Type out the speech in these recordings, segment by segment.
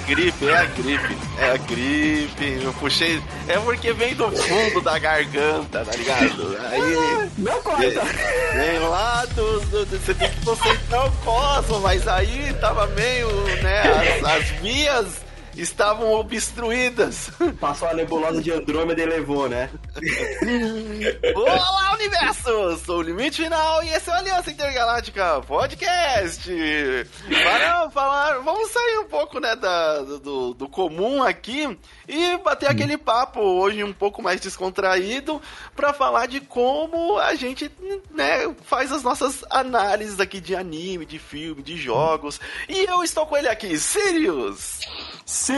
É a gripe. Eu puxei. É porque vem do fundo da garganta, tá ligado? Aí. Não corta! Vem lá você tem que concentrar o cosmo, mas aí tava meio, né? As vias estavam obstruídas. Passou a nebulosa de Andrômeda e levou, né? Olá, universo! Sou o Limite Final e esse é o Aliança Intergaláctica Podcast. Para falar, vamos sair um pouco, né, do comum aqui e bater aquele papo hoje um pouco mais descontraído para falar de como a gente, né, faz as nossas análises aqui de anime, de filme, de jogos. E eu estou com ele aqui, Sirius! Sim!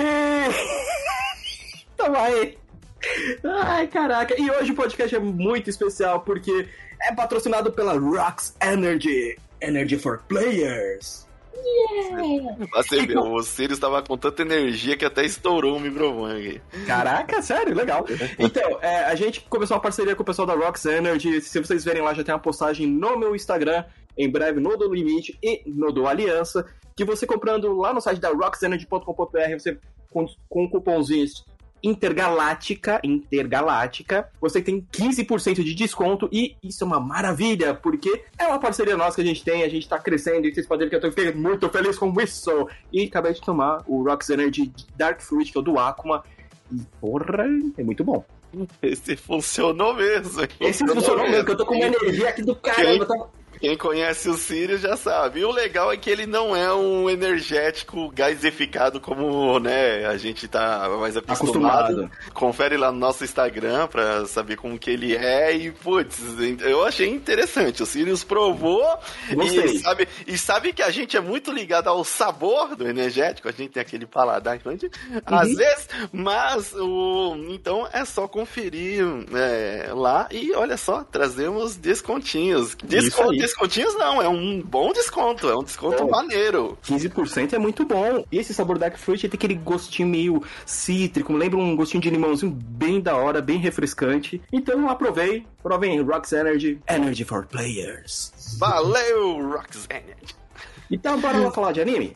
Tamo aí! Ai, caraca! E hoje o podcast é muito especial porque é patrocinado pela Rox Energy. Energy for Players. Yeah. Você viu, o Sirius estava com tanta energia que até estourou o microfone aqui. Caraca, sério, legal. Então, a gente começou uma parceria com o pessoal da Rox Energy. Se vocês verem lá, já tem uma postagem no meu Instagram, em breve no do Limite e no do Aliança, que você comprando lá no site da roxenergy.com.br, você com cupomzinhos Intergaláctica, você tem 15% de desconto e isso é uma maravilha, porque é uma parceria nossa que a gente tá crescendo e vocês podem ver que eu fiquei muito feliz com isso. E acabei de tomar o Rox Energy Dark Fruit, que é o do Akuma, e porra, é muito bom. Esse funcionou mesmo. Esse funcionou mesmo, que eu tô com uma energia aqui do caramba, Quem conhece o Sirius já sabe. E o legal é que ele não é um energético gasificado como, né, a gente tá mais acostumado. Confere lá no nosso Instagram pra saber como que ele é e, putz, eu achei interessante. O Sirius provou e sabe que a gente é muito ligado ao sabor do energético. A gente tem aquele paladar infantil, às vezes, mas então é só conferir lá e olha só, trazemos descontinhos. Descontinhos não, é um bom desconto, é um desconto maneiro. 15% é muito bom. E esse sabor Dark Fruit tem aquele gostinho meio cítrico, lembra um gostinho de limãozinho bem da hora, bem refrescante. Então provem Rox Energy, Energy for Players. Valeu, Rox Energy. Então bora lá falar de anime?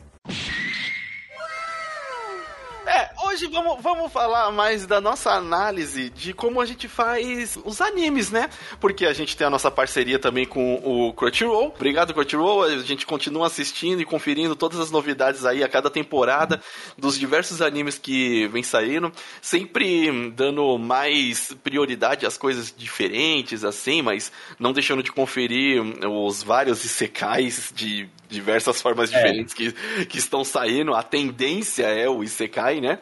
Hoje vamos falar mais da nossa análise de como a gente faz os animes, né? Porque a gente tem a nossa parceria também com o Crunchyroll. Obrigado, Crunchyroll. A gente continua assistindo e conferindo todas as novidades aí a cada temporada dos diversos animes que vem saindo. Sempre dando mais prioridade às coisas diferentes, assim, mas não deixando de conferir os vários isekais de diversas formas diferentes que estão saindo. A tendência é o isekai, né?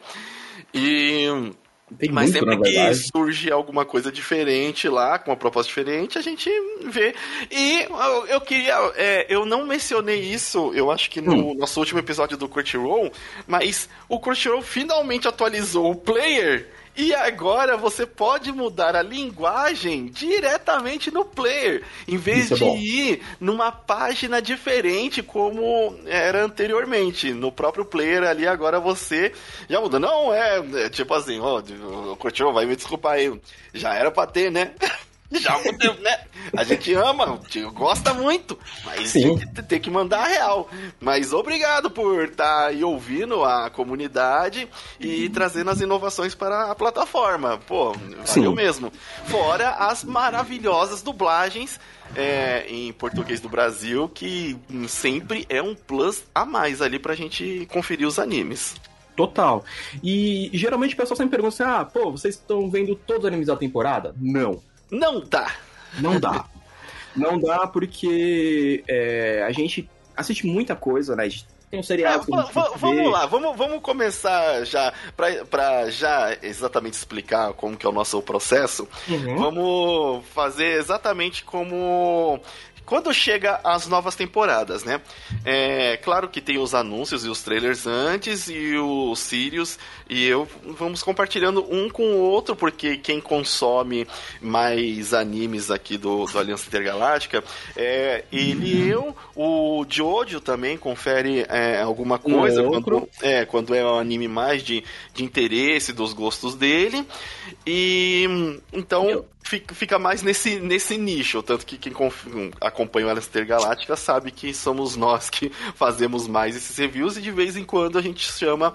Mas sempre que surge alguma coisa diferente lá, com uma proposta diferente, a gente vê. E eu queria... eu não mencionei isso, eu acho que no nosso último episódio do Crunchyroll, mas o Crunchyroll finalmente atualizou o player. E agora você pode mudar a linguagem diretamente no player, em vez de ir numa página diferente como era anteriormente. No próprio player ali, agora você já muda. Não tipo assim, o Crunchyroll vai me desculpar aí, já era pra ter, né? Já mudou, né? A gente ama, gosta muito, mas tem que mandar a real. Mas obrigado por estar aí ouvindo a comunidade e trazendo as inovações para a plataforma. Pô, valeu mesmo. Fora as maravilhosas dublagens em português do Brasil, que sempre é um plus a mais ali pra gente conferir os animes. Total. E geralmente o pessoal sempre pergunta assim, vocês estão vendo todos os animes da temporada? Não. Não dá. Não dá. Não dá porque a gente assiste muita coisa, né? A gente tem um seriado... Vamos lá, vamos começar já, pra já exatamente explicar como que é o nosso processo. Vamos fazer exatamente como... Quando chega as novas temporadas, né? Claro que tem os anúncios e os trailers antes, e o Sirius e eu vamos compartilhando um com o outro, porque quem consome mais animes aqui do Aliança Intergaláctica ele e eu. O Jojo também confere alguma coisa quando é um anime mais de interesse, dos gostos dele. E então... Fica mais nesse nicho, tanto que quem acompanha o Aliança Intergaláctica sabe que somos nós que fazemos mais esses reviews e de vez em quando a gente chama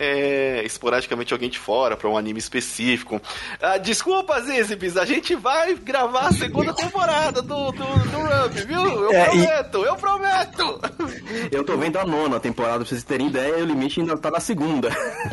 esporadicamente alguém de fora pra um anime específico. Desculpa, Zizibis, a gente vai gravar a segunda temporada do Rump, viu? Eu prometo! Eu tô vendo a 9ª temporada, pra vocês terem ideia, e o limite ainda tá na 2ª.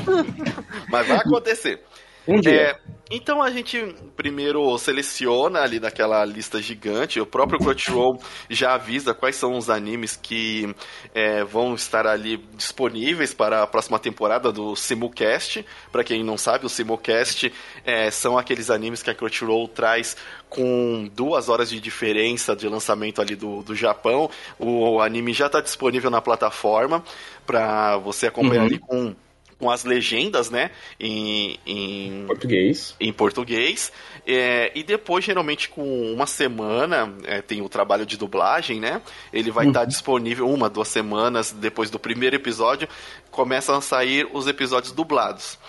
Mas vai acontecer. Um dia. Então a gente primeiro seleciona ali naquela lista gigante. O próprio Crunchyroll já avisa quais são os animes que vão estar ali disponíveis para a próxima temporada do Simulcast. Para quem não sabe, o Simulcast são aqueles animes que a Crunchyroll traz com 2 horas de diferença de lançamento ali do Japão. O anime já está disponível na plataforma para você acompanhar ali com as legendas, né, em português. Em português. E depois, geralmente, com uma semana, tem o trabalho de dublagem, né? Ele vai estar disponível 1-2 semanas depois do primeiro episódio. Começam a sair os episódios dublados.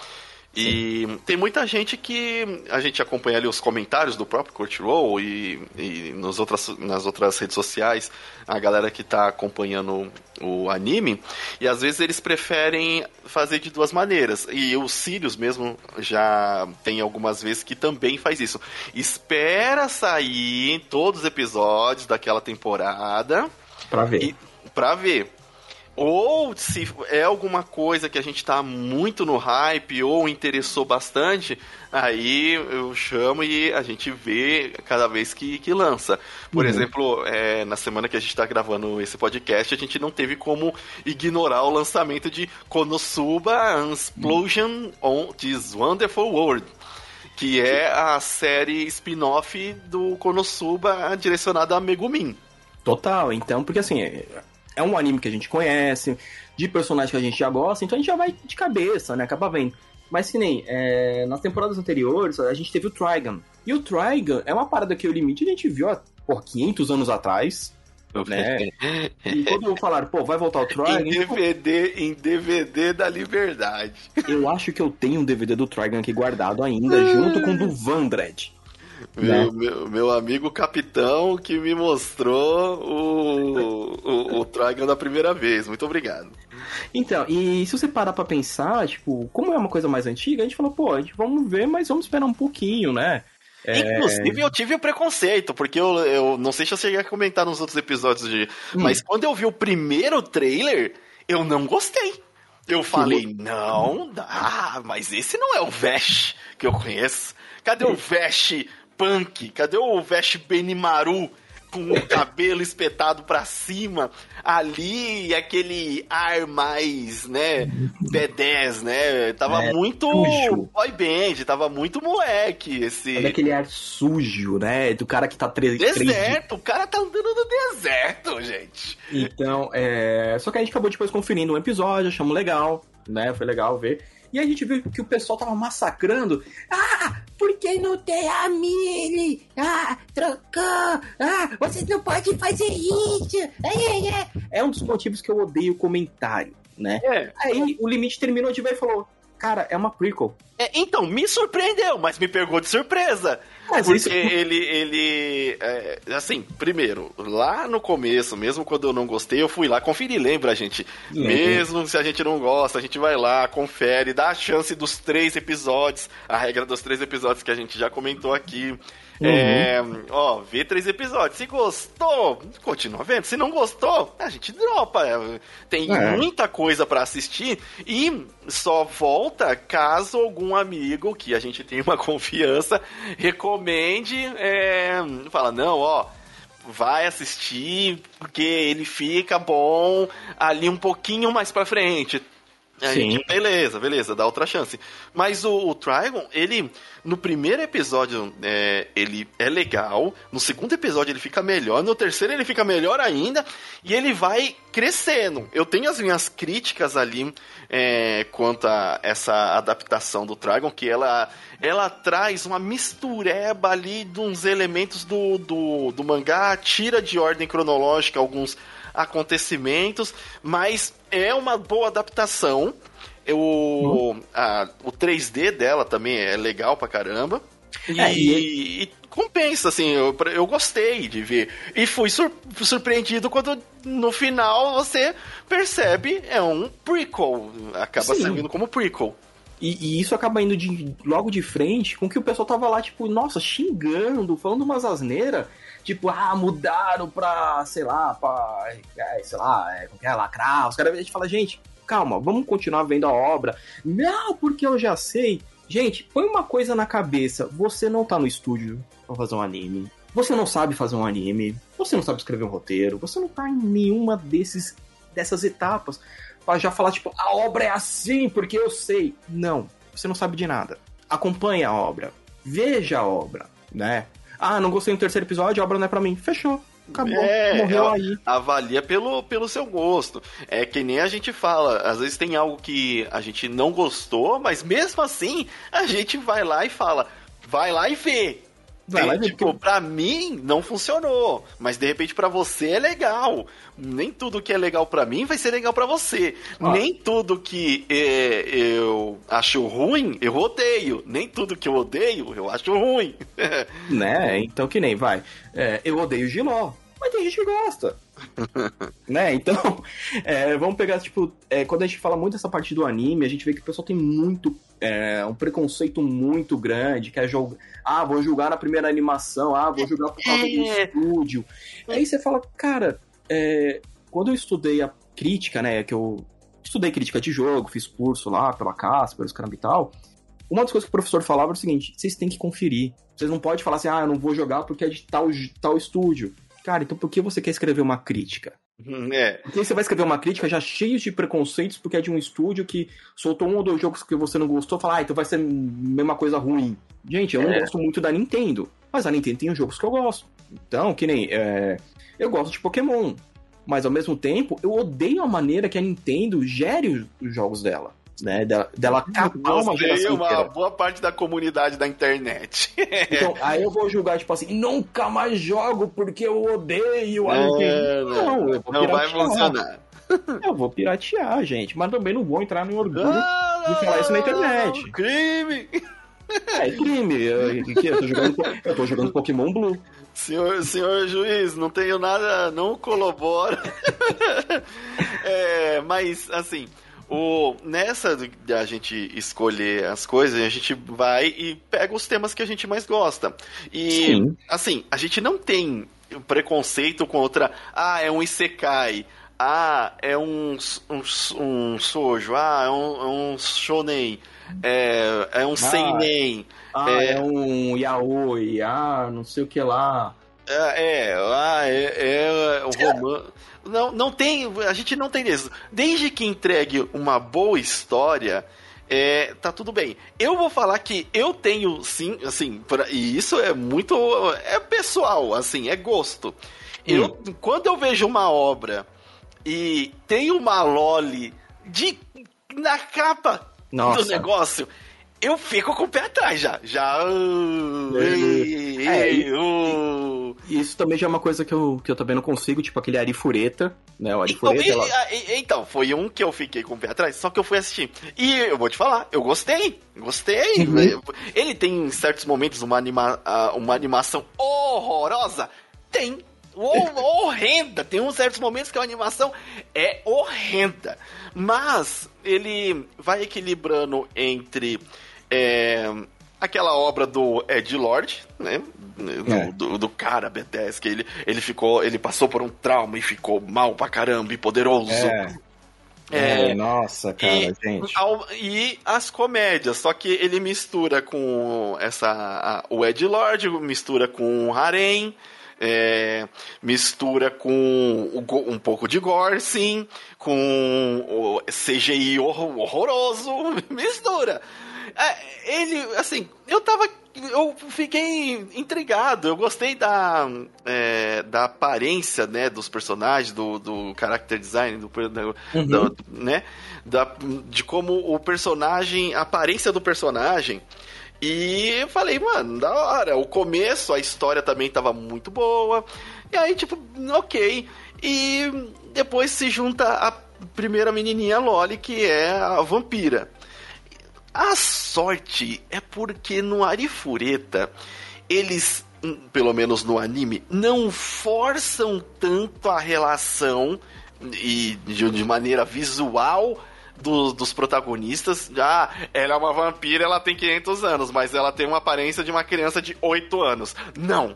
E tem muita gente que a gente acompanha ali os comentários do próprio Crunchyroll e nas outras redes sociais, a galera que tá acompanhando o anime, e às vezes eles preferem fazer de 2 maneiras. E o Sirius mesmo já tem algumas vezes que também faz isso. Espera sair todos os episódios daquela temporada pra ver. Ou se é alguma coisa que a gente tá muito no hype ou interessou bastante, aí eu chamo e a gente vê cada vez que lança. Por exemplo, na semana que a gente tá gravando esse podcast, a gente não teve como ignorar o lançamento de Konosuba Explosion on This Wonderful World, que é a série spin-off do Konosuba direcionada a Megumin. Total, então, porque assim, é um anime que a gente conhece, de personagens que a gente já gosta, então a gente já vai de cabeça, né? Acaba vendo. Mas que nem, nas temporadas anteriores, a gente teve o Trigun. E o Trigun é uma parada que o Limite a gente viu há 500 anos atrás, né? E quando falaram, vai voltar o Trigun... Em DVD da Liberdade. Eu acho que eu tenho um DVD do Trigun aqui guardado ainda, junto com o do Vandred. Meu amigo capitão que me mostrou o Trigun da primeira vez. Muito obrigado. Então, e se você parar pra pensar, tipo, como é uma coisa mais antiga, a gente falou, vamos ver, mas vamos esperar um pouquinho, né? Inclusive, eu tive o preconceito, porque eu não sei se eu cheguei a comentar nos outros episódios mas quando eu vi o primeiro trailer, eu não gostei. Eu falei, não, mas esse não é o Vash que eu conheço. Cadê o Vash punk? Cadê o Vash Benimaru com o cabelo espetado pra cima? Ali, aquele ar mais, né, B10, né? Tava muito boy band, tava muito moleque esse... É aquele ar sujo, né? Do cara que tá... Deserto, o cara tá andando no deserto, gente. Então, só que a gente acabou depois conferindo um episódio, achamos legal, né? Foi legal ver. E a gente viu que o pessoal tava massacrando. Porque não tem a Millie? Trocou! Vocês não podem fazer isso! É um dos motivos que eu odeio o comentário, né? Aí o Limite terminou de ver e falou, cara, é uma prequel. Então, me surpreendeu, mas me pegou de surpresa. Porque ele assim, primeiro, lá no começo, mesmo quando eu não gostei, eu fui lá conferir, lembra, gente? Mesmo se a gente não gosta, a gente vai lá, confere, dá a chance dos 3 episódios, a regra dos 3 episódios que a gente já comentou aqui. Vê 3 episódios. Se gostou, continua vendo. Se não gostou, a gente dropa. Tem muita coisa pra assistir e só volta caso algum amigo que a gente tem uma confiança recomende, fala, não, vai assistir porque ele fica bom ali um pouquinho mais pra frente. A gente, beleza, dá outra chance. Mas o Trigun, ele, no primeiro episódio, ele é legal. No segundo episódio ele fica melhor. No terceiro ele fica melhor ainda. E ele vai crescendo. Eu tenho as minhas críticas ali quanto a essa adaptação do Trigun, que ela traz uma mistureba ali de uns elementos do mangá, tira de ordem cronológica alguns acontecimentos, mas é uma boa adaptação. O 3D dela também é legal pra caramba. E compensa, assim, eu gostei de ver. E fui surpreendido quando no final você percebe, é um prequel. Acaba servindo como prequel. E isso acaba indo logo de frente com que o pessoal tava lá, tipo, nossa, xingando, falando umas asneiras. Tipo, mudaram pra, sei lá, como que é, lacrar. Os caras, a gente fala, gente, calma, vamos continuar vendo a obra. Não, porque eu já sei. Gente, põe uma coisa na cabeça. Você não tá no estúdio pra fazer um anime. Você não sabe fazer um anime. Você não sabe escrever um roteiro. Você não tá em nenhuma dessas etapas pra já falar, tipo, a obra é assim, porque eu sei. Não, você não sabe de nada. Acompanhe a obra. Veja a obra, né? Não gostei do terceiro episódio, a obra não é pra mim. Fechou. Acabou, morreu aí. Avalia pelo seu gosto. É que nem a gente fala, às vezes tem algo que a gente não gostou, mas mesmo assim, a gente vai lá e fala, vai lá e vê. Tipo, pra mim não funcionou, mas de repente pra você é legal. Nem tudo que é legal pra mim vai ser legal pra você. Nem tudo que eu acho ruim, eu odeio. Nem tudo que eu odeio, eu acho ruim. Né? Então que nem, eu odeio Giló, mas tem gente que gosta. Né? Então, vamos pegar, tipo, quando a gente fala muito dessa parte do anime, a gente vê que o pessoal tem muito um preconceito muito grande, que é jogar, vou julgar na primeira animação, vou julgar por causa do estúdio. Aí você fala, cara, quando eu estudei a crítica, né, que eu estudei crítica de jogo, fiz curso lá pela Casper, os caramba e tal, uma das coisas que o professor falava era o seguinte, vocês têm que conferir. Vocês não podem falar assim, eu não vou jogar porque é de tal estúdio. Cara, então por que você quer escrever uma crítica? Porque você vai escrever uma crítica já cheia de preconceitos porque é de um estúdio que soltou um ou dois jogos que você não gostou, fala, então vai ser a mesma coisa ruim. Gente, eu não gosto muito da Nintendo, mas a Nintendo tem os jogos que eu gosto. Então, que nem, eu gosto de Pokémon, mas ao mesmo tempo eu odeio a maneira que a Nintendo gere os jogos dela. Né, dela capar uma geração inteira. Boa parte da comunidade da internet. Então, aí eu vou julgar, tipo assim, nunca mais jogo porque eu odeio a Nintendo. Não, eu vou piratear. Não vai funcionar. Eu vou piratear, gente, mas também não vou entrar no orgulho de falar isso na internet. Crime! É crime. Eu tô jogando Pokémon Blue. Senhor juiz, não tenho nada, não colabora. Mas, assim... Nessa da gente escolher as coisas, a gente vai e pega os temas que a gente mais gosta. E, sim, assim, a gente não tem preconceito contra, é um isekai, é um shoujo, é um shonen, é um seinen. É um yaoi, não sei o que lá. O romance. Não tem, a gente não tem isso. Desde que entregue uma boa história, tá tudo bem. Eu vou falar que eu tenho, sim, assim, e isso é muito, pessoal, assim, é gosto. Quando eu vejo uma obra e tem uma loli na capa do negócio, eu fico com o pé atrás já. Isso também já é uma coisa que eu também não consigo, tipo aquele Arifureta, né? O Arifureta, então, foi um que eu fiquei com o pé atrás, só que eu fui assistir. E eu vou te falar, eu gostei. Uhum. Ele tem em certos momentos uma animação horrorosa. Tem. Horrenda. Tem uns certos momentos que a animação é horrenda. Mas ele vai equilibrando entre aquela obra do Edgelord, né? Do cara B10, que ele passou por um trauma e ficou mal pra caramba e poderoso. Nossa, cara, gente. E as comédias, só que ele mistura com o Edgelord, mistura com o Harem, mistura com um pouco de gore, sim, com o CGI horroroso, mistura. Ele, assim, eu fiquei intrigado, eu gostei da aparência, né, dos personagens, do character design, né, de como o personagem, a aparência do personagem. E eu falei, mano, da hora. O começo, a história também tava muito boa. E aí, tipo, ok. E depois se junta a primeira menininha Loli, que é a vampira. A sorte é porque no Arifureta, eles, pelo menos no anime, não forçam tanto a relação e de maneira visual dos protagonistas. Ah, ela é uma vampira, ela tem 500 anos, mas ela tem uma aparência de uma criança de 8 anos. Não.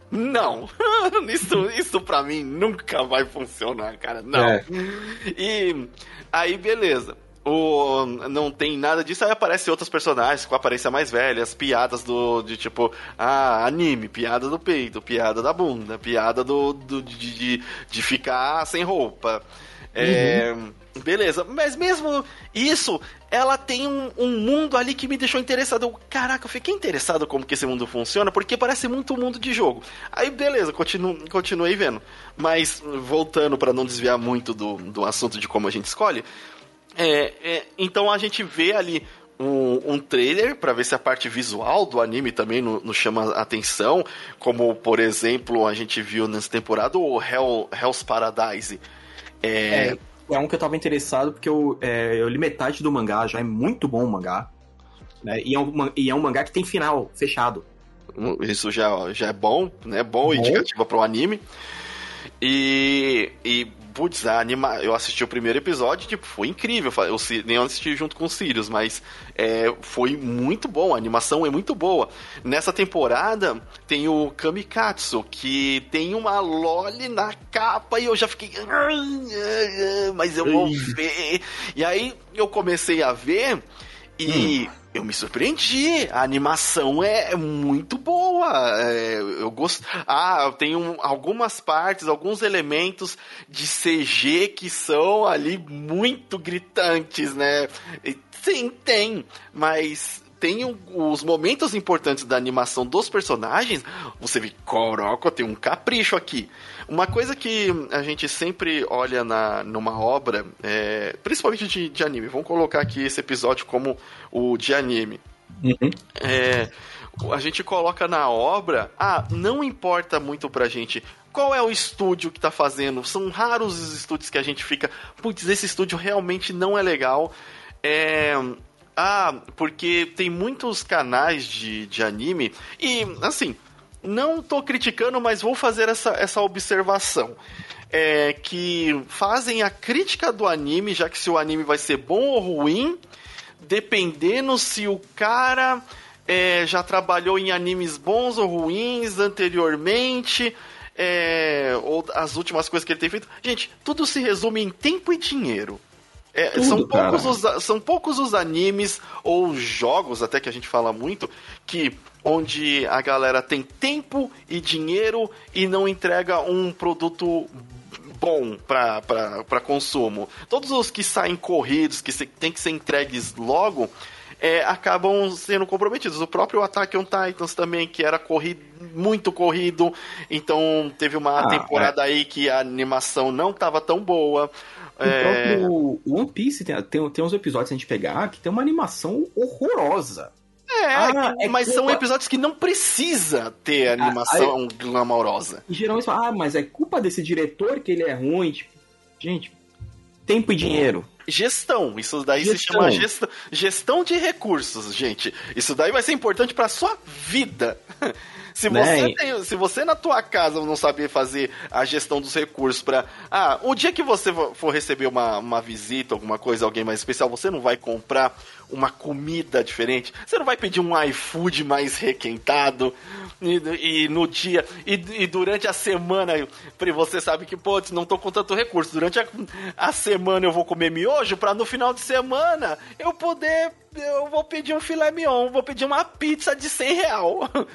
Isso pra mim nunca vai funcionar, cara. Não. E aí, beleza. Não tem nada disso, aí aparecem outros personagens com aparência mais velha, as piadas de tipo, anime, piada do peito, piada da bunda, piada de ficar sem roupa. Beleza, mas mesmo isso, ela tem um mundo ali que me deixou interessado. Caraca, eu fiquei interessado como que esse mundo funciona, porque parece muito um mundo de jogo. Aí beleza, continuei vendo. Mas voltando para não desviar muito do assunto de como a gente escolhe, então a gente vê ali um trailer para ver se a parte visual do anime também nos chama a atenção, como por exemplo a gente viu nessa temporada o Hell's Paradise. É um que eu tava interessado porque eu li metade do mangá, já é muito bom o mangá, né? E é um mangá que tem final fechado. Isso já é bom, né? Bom indicativo para o anime. Putz, eu assisti o primeiro episódio, tipo, foi incrível. Eu nem assisti junto com o Sirius, mas foi muito bom, a animação é muito boa. Nessa temporada tem o Kamikatsu, que tem uma loli na capa e eu já fiquei... Mas eu vou ver. E aí eu comecei a ver e... Eu me surpreendi, a animação é muito boa, eu gosto. Tem algumas partes, alguns elementos de CG que são ali muito gritantes, né? Sim, tem, mas tem os momentos importantes da animação dos personagens, você vê, coroca, tem um capricho aqui. Uma coisa que a gente sempre olha numa obra, principalmente de anime, vamos colocar aqui esse episódio como o de anime. A gente coloca na obra, não importa muito pra gente qual é o estúdio que tá fazendo, são raros os estúdios que a gente fica, putz, esse estúdio realmente não é legal, porque tem muitos canais de anime, e assim, não tô criticando, mas vou fazer essa observação. Que fazem a crítica do anime, já que se o anime vai ser bom ou ruim, dependendo se o cara já trabalhou em animes bons ou ruins anteriormente, ou as últimas coisas que ele tem feito. Gente, tudo se resume em tempo e dinheiro. São poucos os animes ou jogos, até que a gente fala muito, onde a galera tem tempo e dinheiro e não entrega um produto bom para consumo. Todos os que saem corridos, que tem que ser entregues logo, acabam sendo comprometidos. O próprio Attack on Titans também, que era muito corrido, então teve uma temporada aí que a animação não estava tão boa. O próprio One Piece tem uns episódios, se a gente pegar, que tem uma animação horrorosa. Mas são episódios que não precisa ter animação glamourosa. E geralmente mas é culpa desse diretor que ele é ruim. Tipo, gente, tempo e dinheiro. Gestão, isso daí se chama gestão de recursos, gente. Isso daí vai ser importante pra sua vida. Se você na tua casa não saber fazer a gestão dos recursos para o dia que você for receber uma visita, alguma coisa, alguém mais especial, você não vai comprar uma comida diferente, você não vai pedir um iFood mais requentado e no dia e durante a semana você sabe que, putz, não tô com tanto recurso, durante a semana eu vou comer miojo para no final de semana eu vou pedir um filé mignon, vou pedir uma pizza de R$100.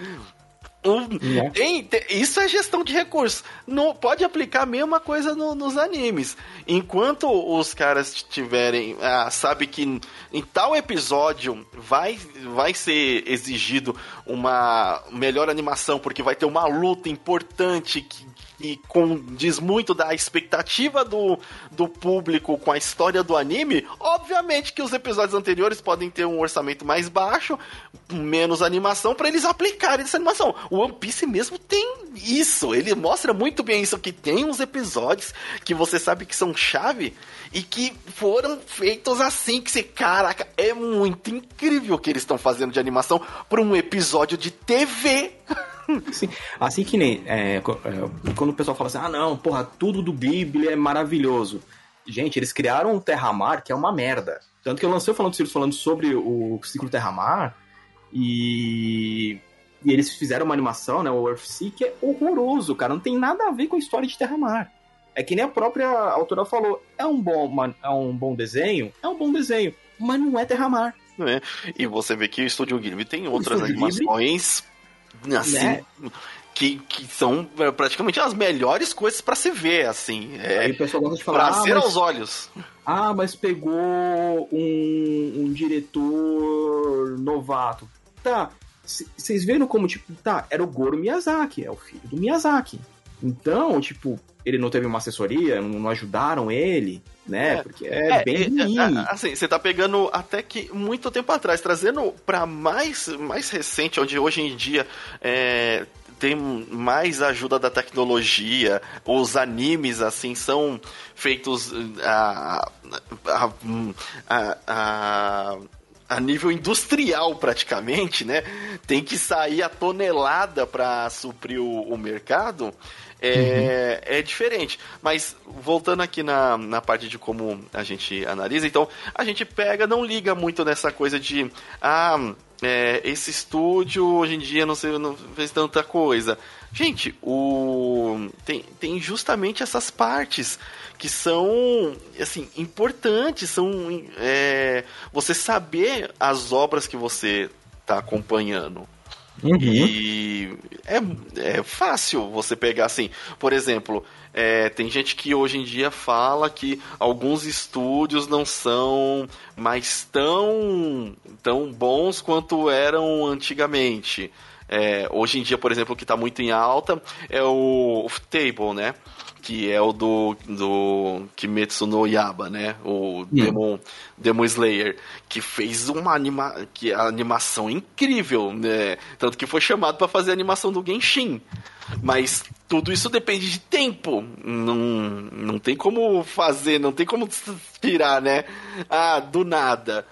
Isso é gestão de recursos. Pode aplicar a mesma coisa nos animes. Enquanto os caras tiverem, sabe que em tal episódio vai ser exigido uma melhor animação, porque vai ter uma luta importante que condiz muito da expectativa do público com a história do anime. Obviamente que os episódios anteriores podem ter um orçamento mais baixo, menos animação, para eles aplicarem essa animação. O One Piece mesmo tem isso. Ele mostra muito bem isso, que tem uns episódios que você sabe que são chave e que foram feitos assim, que você, caraca, é muito incrível o que eles estão fazendo de animação para um episódio de TV. Sim. Assim que nem quando o pessoal fala assim, não, porra, tudo do Ghibli é maravilhoso. Gente, eles criaram o Terra-Mar, que é uma merda. Tanto que eu lancei o Falando Sirius falando sobre o ciclo Terra-Mar e eles fizeram uma animação, né, o Earthsea, que é horroroso, cara. Não tem nada a ver com a história de Terra-Mar. É que nem a própria autora falou, é um bom desenho, mas não é Terra-Mar. Não é? E você vê que o Estúdio Ghibli tem outras animações assim, né? que são praticamente as melhores coisas pra se ver, assim. Aí o pessoal gosta de falar, prazer aos olhos. Mas pegou um diretor novato. Tá, vocês viram como, tipo, era o Goro Miyazaki, é o filho do Miyazaki. Então, tipo, ele não teve uma assessoria, não ajudaram ele, né? Porque bem ruim. Assim, você tá pegando até que muito tempo atrás, trazendo pra mais recente, onde hoje em dia tem mais ajuda da tecnologia, os animes, assim, são feitos a nível industrial, praticamente, né? Tem que sair a tonelada para suprir o mercado. É diferente. Mas, voltando aqui na parte de como a gente analisa, então, a gente não liga muito nessa coisa de esse estúdio hoje em dia não fez tanta coisa. Gente, tem justamente essas partes que são, assim, importantes, são você saber as obras que você está acompanhando. Uhum. E é fácil você pegar, assim, por exemplo, tem gente que hoje em dia fala que alguns estúdios não são mais tão bons quanto eram antigamente. Hoje em dia, por exemplo, o que está muito em alta é o Table, né? Que é o do Kimetsu no Yaiba, né? O Demon Slayer, que fez a animação incrível, né? Tanto que foi chamado para fazer a animação do Genshin. Mas tudo isso depende de tempo. Não tem como fazer, não tem como tirar, né? Do nada.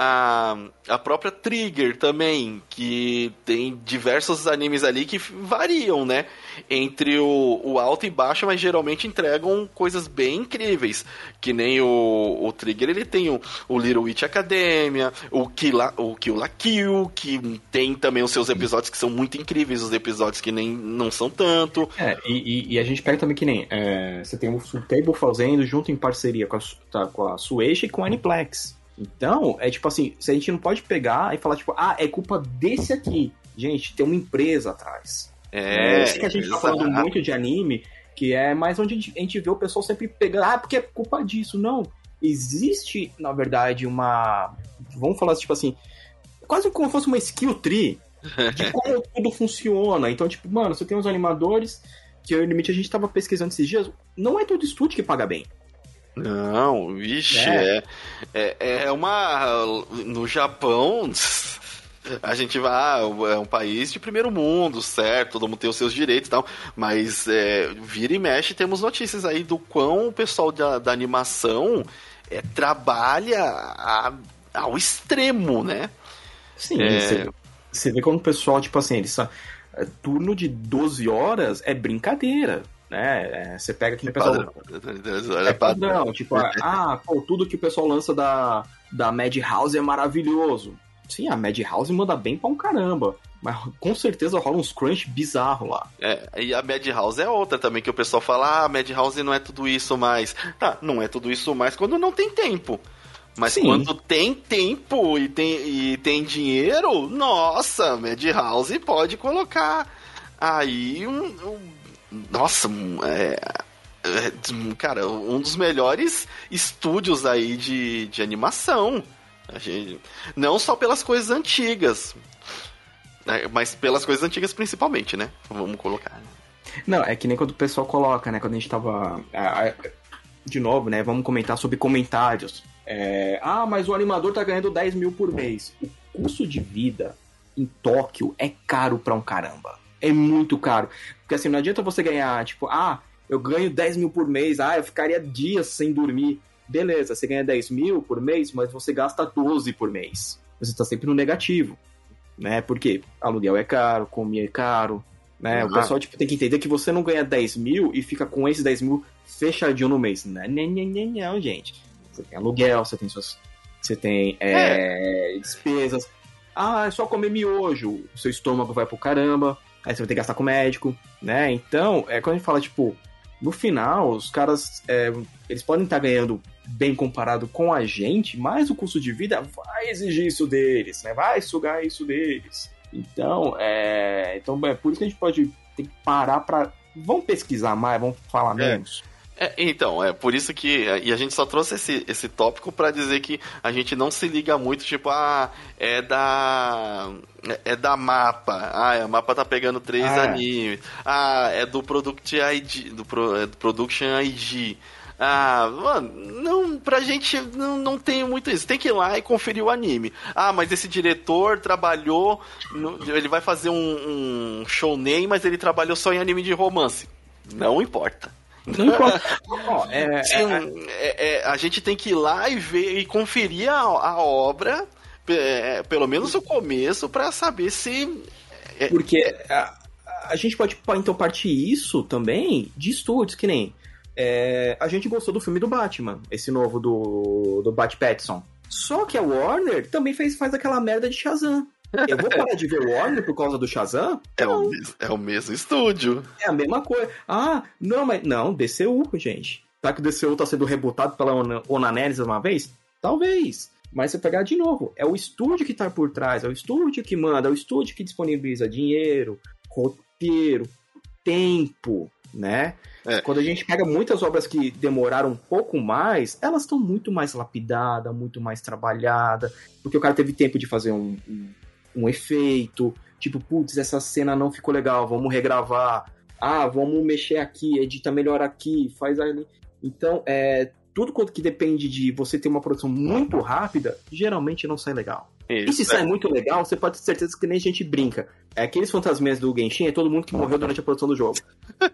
A própria Trigger também, que tem diversos animes ali que variam, né? Entre o alto e baixo, mas geralmente entregam coisas bem incríveis. Que nem o Trigger, ele tem o Little Witch Academia, o Kill la Kill, que tem também os seus episódios que são muito incríveis, os episódios que não são tanto. E a gente pega também que nem você tem o Table fazendo junto em parceria com a Shueisha e com a Aniplex. Então, tipo assim, se a gente não pode pegar e falar, tipo, é culpa desse aqui. Gente, tem uma empresa atrás. Isso que a gente tá falando muito de anime, que é mais onde a gente vê o pessoal sempre pegando, porque é culpa disso. Não, existe, na verdade, vamos falar, tipo assim, quase como se fosse uma skill tree de como tudo funciona. Então, tipo, mano, você tem uns animadores, que o limite a gente tava pesquisando esses dias, não é todo estúdio que paga bem. Não, vixe, é no Japão, a gente vai, é um país de primeiro mundo, certo? Todo mundo tem os seus direitos e tal, mas vira e mexe, temos notícias aí do quão o pessoal da animação trabalha ao extremo, né? Sim, você vê como o pessoal, tipo assim, turno de 12 horas é brincadeira. Você pega aqui no pessoal. Padrão, tipo, tudo que o pessoal lança da Madhouse é maravilhoso. Sim, a Madhouse manda bem pra um caramba. Mas com certeza rola uns crunch bizarro lá. E a Madhouse é outra também, que o pessoal fala, a Madhouse não é tudo isso mais. Não é tudo isso mais quando não tem tempo. Mas sim, quando tem tempo e tem dinheiro, nossa, Madhouse pode colocar aí nossa, cara, um dos melhores estúdios aí de animação. Não só pelas coisas antigas, mas pelas coisas antigas principalmente, né? Vamos colocar. Não, é que nem quando o pessoal coloca, né? Quando a gente tava... de novo, né? Vamos comentar sobre comentários. Mas o animador tá ganhando 10 mil por mês. O custo de vida em Tóquio é caro pra um caramba. É muito caro. Porque assim, não adianta você ganhar, tipo, eu ganho 10 mil por mês, eu ficaria dias sem dormir. Beleza, você ganha 10 mil por mês, mas você gasta 12 por mês. Você tá sempre no negativo, né? Porque aluguel é caro, comida é caro, né? O pessoal tem que entender que você não ganha 10 mil e fica com esses 10 mil fechadinho no mês. Não, gente. Você tem aluguel, você tem suas... Você tem despesas. É só comer miojo, o seu estômago vai pro caramba, aí você vai ter que gastar com médico, né? Então, quando a gente fala, tipo, no final, os caras, eles podem estar ganhando bem comparado com a gente, mas o custo de vida vai exigir isso deles, né? Vai sugar isso deles. Então, é por isso que a gente pode ter que parar pra... Vamos pesquisar mais, vamos falar menos. Então, é por isso que... E a gente só trouxe esse tópico pra dizer que a gente não se liga muito, tipo, é da Mapa. A Mapa tá pegando 3 animes. É do Product ID, do Production ID. Mano, não, pra gente não tem muito isso. Tem que ir lá e conferir o anime. Mas esse diretor trabalhou... ele vai fazer um shounen, mas ele trabalhou só em anime de romance. Não importa. Não importa. A gente tem que ir lá e ver e conferir a obra, pelo menos o começo, pra saber se... Porque a gente pode, então, partir isso também de estúdios, que nem... a gente gostou do filme do Batman, esse novo do Bat Pattinson. Só que a Warner também faz aquela merda de Shazam. Eu vou parar de ver o Warner por causa do Shazam? É o mesmo estúdio. É a mesma coisa. Não, DCU, gente. Será que o DCU tá sendo rebutado pela Onanelis uma vez? Talvez. Mas se eu pegar de novo, é o estúdio que tá por trás, é o estúdio que manda, é o estúdio que disponibiliza dinheiro, roteiro, tempo, né? Quando a gente pega muitas obras que demoraram um pouco mais, elas estão muito mais lapidadas, muito mais trabalhadas, porque o cara teve tempo de fazer um efeito, tipo, putz, essa cena não ficou legal, vamos regravar, vamos mexer aqui, edita melhor aqui, faz ali. Então, tudo quanto que depende de você ter uma produção muito rápida, geralmente não sai legal. Isso, e se sai muito legal, você pode ter certeza que nem a gente brinca. Aqueles fantasminhas do Genshin é todo mundo que morreu durante a produção do jogo.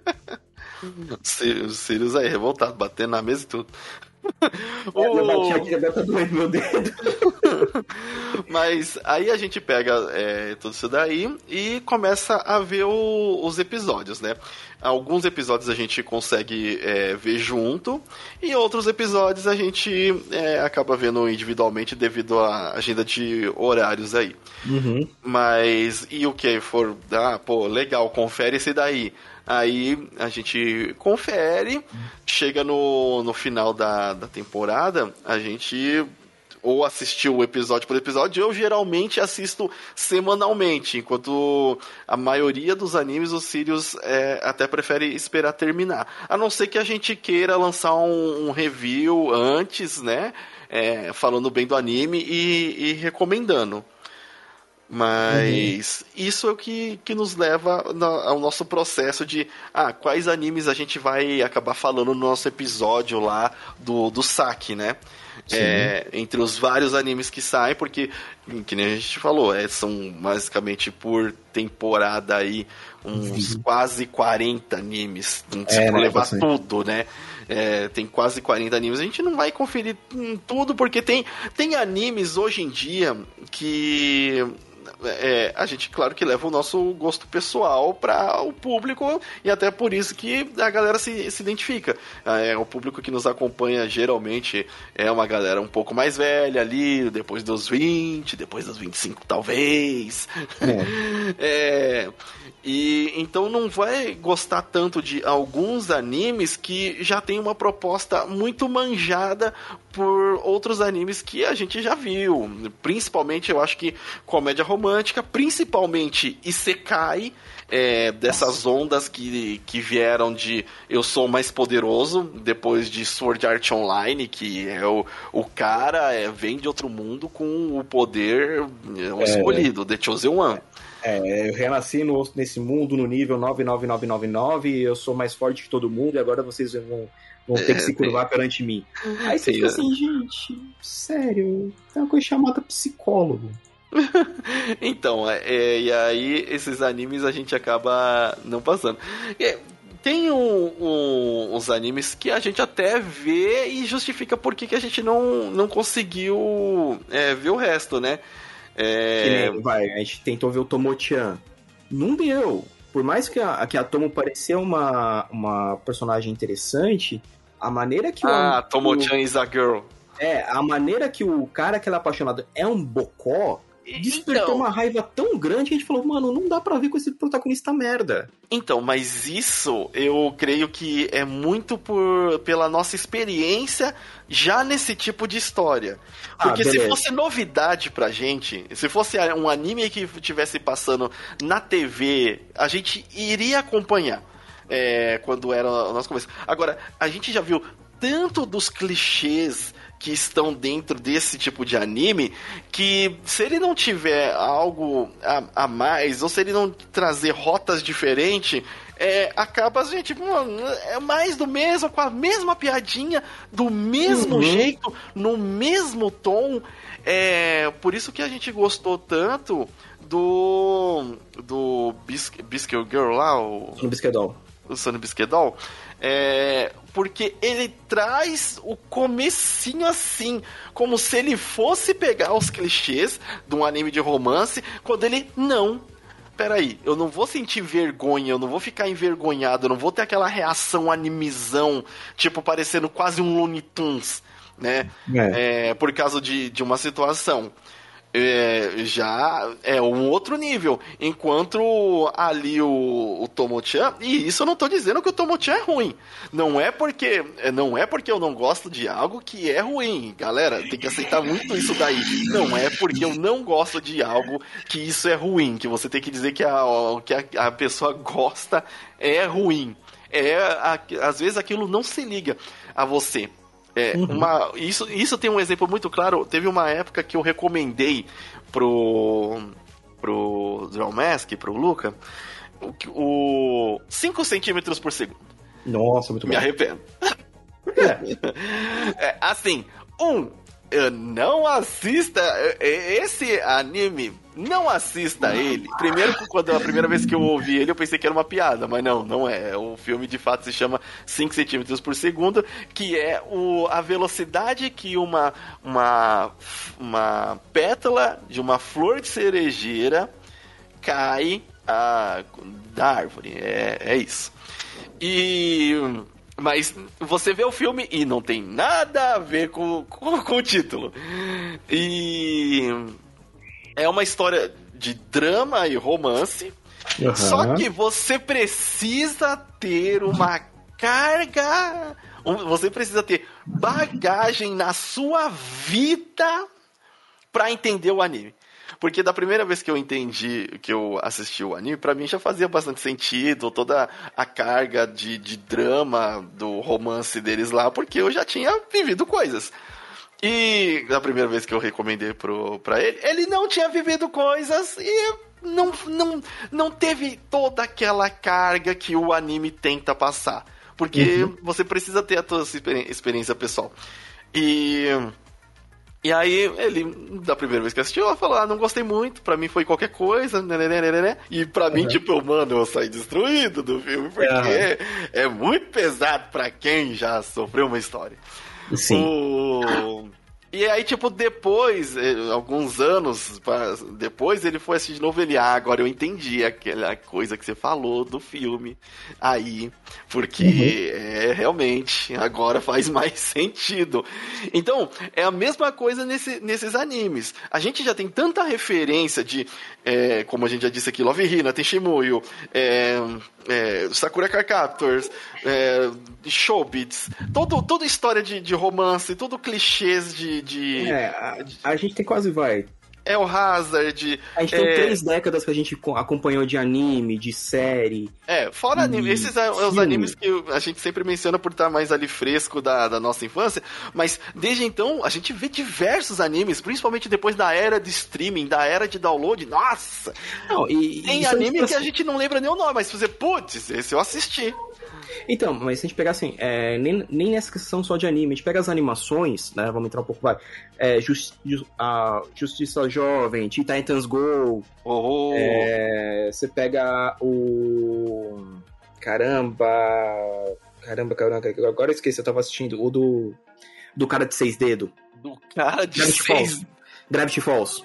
O Sirius aí, revoltado, batendo na mesa e tudo. Eu bati aqui, agora tá doendo meu dedo. Mas aí a gente pega tudo isso daí e começa a ver os episódios, né? Alguns episódios a gente consegue ver junto e outros episódios a gente acaba vendo individualmente devido à agenda de horários aí. Uhum. Mas, e o que for... legal, confere esse daí. Aí a gente confere, chega no final da temporada, a gente ou assistiu episódio por episódio, eu geralmente assisto semanalmente, enquanto a maioria dos animes, o Sirius até prefere esperar terminar. A não ser que a gente queira lançar um review antes, né? Falando bem do anime e recomendando. Mas isso é o que nos leva ao nosso processo de quais animes a gente vai acabar falando no nosso episódio lá do saque, né? Entre os vários animes que saem, porque, que nem a gente falou, são basicamente por temporada aí uns quase 40 animes, se for levar tudo, né? Tem quase 40 animes. A gente não vai conferir tudo, porque tem animes hoje em dia que... a gente, claro que leva o nosso gosto pessoal para o público e até por isso que a galera se identifica. O público que nos acompanha geralmente é uma galera um pouco mais velha ali, depois dos 20, depois dos 25 talvez. E então não vai gostar tanto de alguns animes que já tem uma proposta muito manjada por outros animes que a gente já viu. Principalmente, eu acho que comédia romântica, principalmente Isekai, dessas ondas que vieram de Eu Sou Mais Poderoso, depois de Sword Art Online, que o cara vem de outro mundo com o poder escolhido, The Chosen One. Eu renasci nesse mundo no nível 99999, eu sou mais forte que todo mundo e agora vocês vão ter que se curvar perante mim. Aí você fica assim, gente, sério, é uma coisa chamada psicólogo. Então, e aí esses animes a gente acaba não passando. Tem uns animes que a gente até vê e justifica por que a gente não conseguiu ver o resto, né? A gente tentou ver o Tomo-chan. Não deu. Por mais que a Tomo parecia uma personagem interessante, a maneira que Tomo-chan is a girl. A maneira que o cara que ela é apaixonado é um bocó, despertou uma raiva tão grande que a gente falou, mano, não dá pra ver com esse protagonista merda. Então, mas isso eu creio que é muito pela nossa experiência já nesse tipo de história. Porque se fosse novidade pra gente, se fosse um anime que estivesse passando na TV, a gente iria acompanhar quando era o nosso começo. Agora, a gente já viu tanto dos clichês que estão dentro desse tipo de anime, que se ele não tiver algo a mais, ou se ele não trazer rotas diferentes, acaba a gente, mano, é mais do mesmo, com a mesma piadinha, do mesmo jeito, no mesmo tom. Por isso que a gente gostou tanto do Biscuit Girl lá, o Sunny Biscuit Doll. Porque ele traz o comecinho assim, como se ele fosse pegar os clichês de um anime de romance, quando ele peraí, eu não vou sentir vergonha, eu não vou ficar envergonhado, eu não vou ter aquela reação animizão, tipo parecendo quase um Looney Tunes, né? Por causa de uma situação. Já é um outro nível. Enquanto ali o Tomo-chan, e isso eu não tô dizendo que o Tomo-chan é ruim. Não é porque eu não gosto de algo que é ruim. Galera, tem que aceitar muito isso daí. Não é porque eu não gosto de algo que isso é ruim, que você tem que dizer que a pessoa gosta é ruim. Às vezes aquilo não se liga a você. Isso tem um exemplo muito claro. Teve uma época que eu recomendei pro Draw Mask, pro Luca, o 5 centímetros por segundo. Nossa, muito bom. Me arrependo. Assim, não assista esse anime. Não assista ele. Primeiro, quando a primeira vez que eu ouvi ele, eu pensei que era uma piada, mas não é. O filme de fato se chama 5 centímetros por segundo, que é a velocidade que uma pétala de uma flor de cerejeira cai da árvore. É isso. Mas você vê o filme e não tem nada a ver com o título. É uma história de drama e romance. Só que você precisa ter uma carga. Você precisa ter bagagem na sua vida pra entender o anime. Porque da primeira vez que eu assisti o anime, pra mim já fazia bastante sentido toda a carga de drama do romance deles lá, porque eu já tinha vivido coisas. E da primeira vez que eu recomendei pra ele não tinha vivido coisas e não teve toda aquela carga que o anime tenta passar. Porque você precisa ter a tua experiência pessoal. E aí, ele, da primeira vez que assistiu, falou, não gostei muito, pra mim foi qualquer coisa, né? E pra mim, tipo, mano, eu saí destruído do filme, porque é muito pesado pra quem já sofreu uma história. Sim. E aí, tipo, depois, alguns anos depois, ele foi assistir de novo, agora eu entendi aquela coisa que você falou do filme aí, porque realmente, agora faz mais sentido. Então, é a mesma coisa nesses animes. A gente já tem tanta referência de, como a gente já disse aqui, Love Hina, Tenshimuyo, Sakura Card Captors, Showbiz, toda história de romance, todo clichês a gente tem quase o Hazard. A gente tem 3 décadas que a gente acompanhou de anime, de série. Fora anime. Esses são os animes que a gente sempre menciona por estar mais ali fresco da nossa infância. Mas desde então, a gente vê diversos animes, principalmente depois da era de streaming, da era de download. Nossa! Tem anime que a gente não lembra nem o nome, mas você, putz, esse eu assisti. Então, mas se a gente pegar assim, nem nessa questão só de anime, a gente pega as animações, né? Vamos entrar um pouco, vai. A Justiça Jovem, Teen Titans Go. Você pega o. Caramba, agora eu esqueci, eu tava assistindo. O do cara de 6 dedos. Do cara de Gravity 6... Gravity Falls.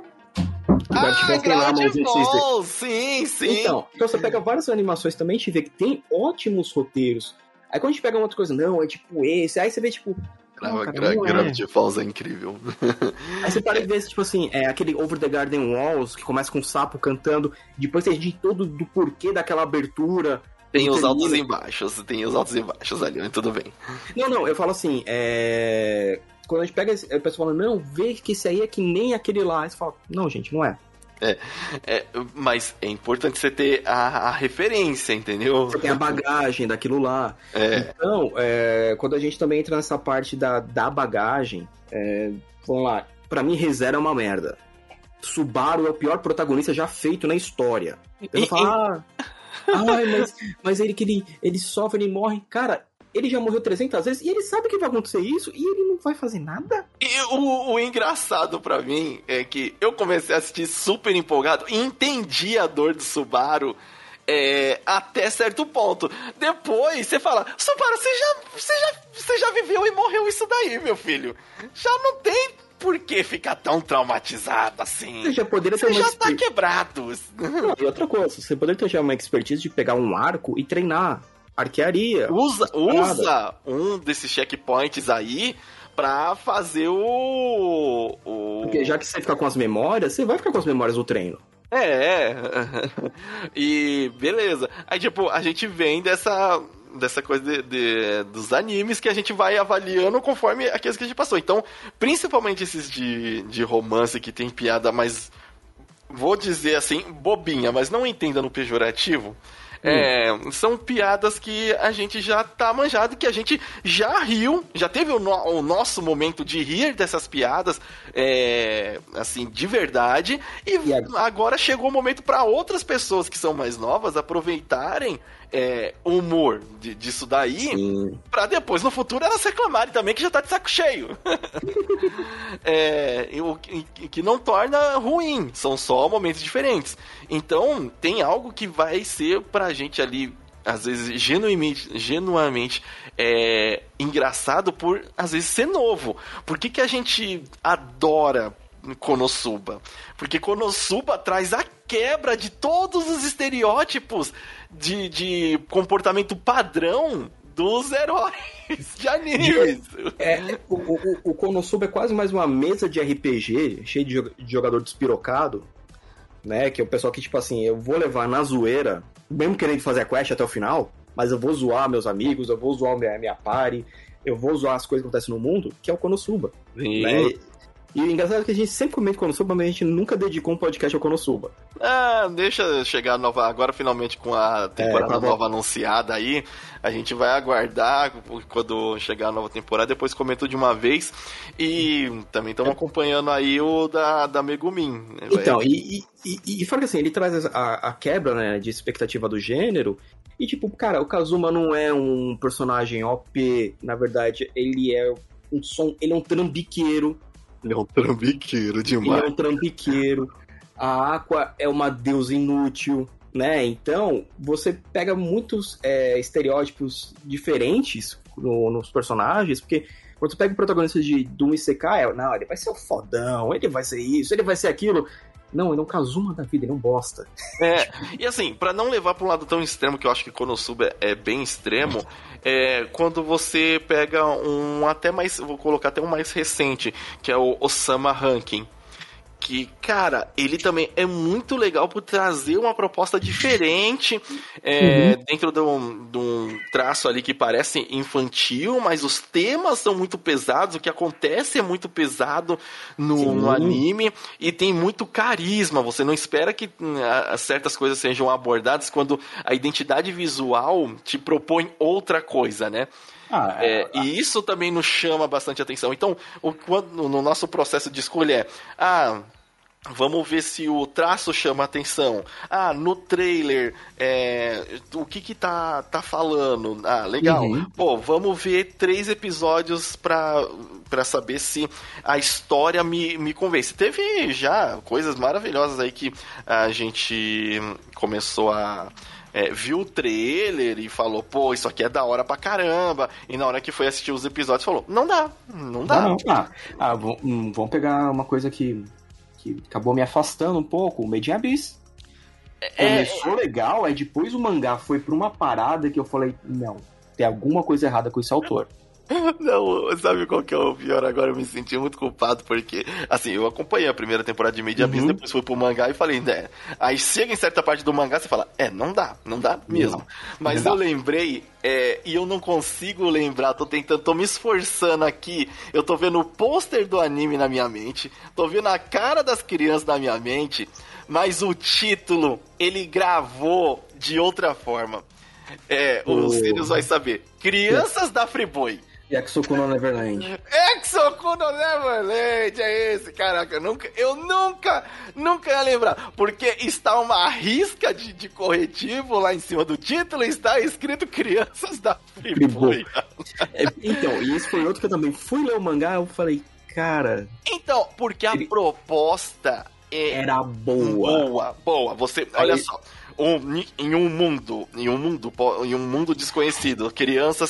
Gravity Falls, sim. Então, você pega várias animações também, a gente vê que tem ótimos roteiros. Aí quando a gente pega uma outra coisa, não, é tipo esse, aí você vê tipo... Gravity Falls é incrível. Aí você para e vê, tipo assim, aquele Over the Garden Walls, que começa com um sapo cantando, depois tem gente todo do porquê daquela abertura... Tem os altos e baixos ali, mas tudo bem. Não, eu falo assim, quando a gente pega, o pessoal fala, não, vê que esse aí é que nem aquele lá. Aí você fala, não, gente, não é. Mas é importante você ter a referência, entendeu? Você tem a bagagem daquilo lá. Então, quando a gente também entra nessa parte da bagagem, vamos lá, pra mim, ReZero é uma merda. Subaru é o pior protagonista já feito na história. Eu falo, mas ele sofre, ele morre. Cara, ele já morreu 300 vezes e ele sabe que vai acontecer isso e ele não vai fazer nada. E o engraçado pra mim é que eu comecei a assistir super empolgado e entendi a dor do Subaru até certo ponto. Depois você fala, Subaru, você já viveu e morreu isso daí, meu filho. Já não tem por que ficar tão traumatizado assim? Você já poderia ter tá quebrado. Não, e outra coisa, você poderia ter já uma expertise de pegar um arco e treinar arquearia. Usa um desses checkpoints aí pra fazer Porque já que você fica com as memórias, você vai ficar com as memórias do treino. E beleza. Aí, tipo, a gente vem dessa coisa dos animes que a gente vai avaliando conforme aqueles que a gente passou. Então, principalmente esses de romance que tem piada mais, vou dizer assim, bobinha, mas não entenda no pejorativo. São piadas que a gente já tá manjado, que a gente já riu, já teve o nosso momento de rir dessas piadas, assim, de verdade, e agora chegou o momento para outras pessoas que são mais novas aproveitarem o humor disso daí, pra depois, no futuro, elas reclamarem também que já tá de saco cheio. Que não torna ruim, são só momentos diferentes. Então, tem algo que vai ser pra gente ali, às vezes, genuinamente engraçado por, às vezes, ser novo. Por que a gente adora Konosuba? Porque Konosuba traz a quebra de todos os estereótipos de comportamento padrão dos heróis de animes. O Konosuba é quase mais uma mesa de RPG, cheio de jogador despirocado, né? Que é o pessoal que, tipo assim, eu vou levar na zoeira, mesmo querendo fazer a quest até o final, mas eu vou zoar meus amigos, eu vou zoar minha party, eu vou zoar as coisas que acontecem no mundo, que é o Konosuba. Né? E o engraçado é que a gente sempre comenta Konosuba, mas a gente nunca dedicou um podcast ao Konosuba. Deixa chegar a nova... Agora, finalmente, com a temporada nova anunciada aí, a gente vai aguardar quando chegar a nova temporada, depois comento de uma vez. E também estamos acompanhando aí o da Megumin. Né? Então, e fora que assim, ele traz a quebra, né, de expectativa do gênero. E tipo, cara, o Kazuma não é um personagem OP, na verdade, ele é um trambiqueiro. Ele é um trambiqueiro demais. Ele é um trambiqueiro. A Aqua é uma deusa inútil, né? Então, você pega muitos estereótipos diferentes nos personagens, porque quando você pega o protagonista de um Isekai, não, ele vai ser o fodão, ele vai ser isso, ele vai ser aquilo. Não, ele é um Kazuma da vida, ele é um bosta. E assim, pra não levar pra um lado tão extremo, que eu acho que Konosuba é bem extremo, quando você pega até mais, vou colocar até um mais recente, que é o Osama Rankin. Que, cara, ele também é muito legal por trazer uma proposta diferente dentro de um traço ali que parece infantil, mas os temas são muito pesados, o que acontece é muito pesado no anime e tem muito carisma. Você não espera que certas coisas sejam abordadas quando a identidade visual te propõe outra coisa, né? E isso também nos chama bastante atenção. Então, no nosso processo de escolha Vamos ver se o traço chama atenção. Ah, no trailer, o que tá falando? Ah, legal. Pô, vamos ver 3 episódios pra saber se a história me convence. Teve já coisas maravilhosas aí que a gente começou a... viu o trailer e falou, pô, isso aqui é da hora pra caramba. E na hora que foi assistir os episódios, falou, não dá. Vamos pegar uma coisa que acabou me afastando um pouco, o Made in Abyss. Começou legal, aí depois o mangá foi pra uma parada que eu falei, não, tem alguma coisa errada com esse autor. Não, sabe qual que é o pior agora? Eu me senti muito culpado, porque, assim, eu acompanhei a primeira temporada de Made in Abyss, depois fui pro mangá e falei, aí chega em certa parte do mangá, você fala, não dá mesmo. Mas eu lembrei, e eu não consigo lembrar, tô me esforçando aqui, eu tô vendo o pôster do anime na minha mente, tô vendo a cara das crianças na minha mente, mas o título, ele gravou de outra forma. O Sirius vai saber. Crianças da Friboi. Yakusoku no Neverland. Yakusoku no Neverland, é esse, caraca, eu nunca ia lembrar, porque está uma risca de corretivo lá em cima do título e está escrito Crianças da Friboi. Então, e esse foi outro que eu também fui ler o mangá, eu falei, cara... Então, porque a proposta era boa. Boa, você, olha só... Em um mundo desconhecido, crianças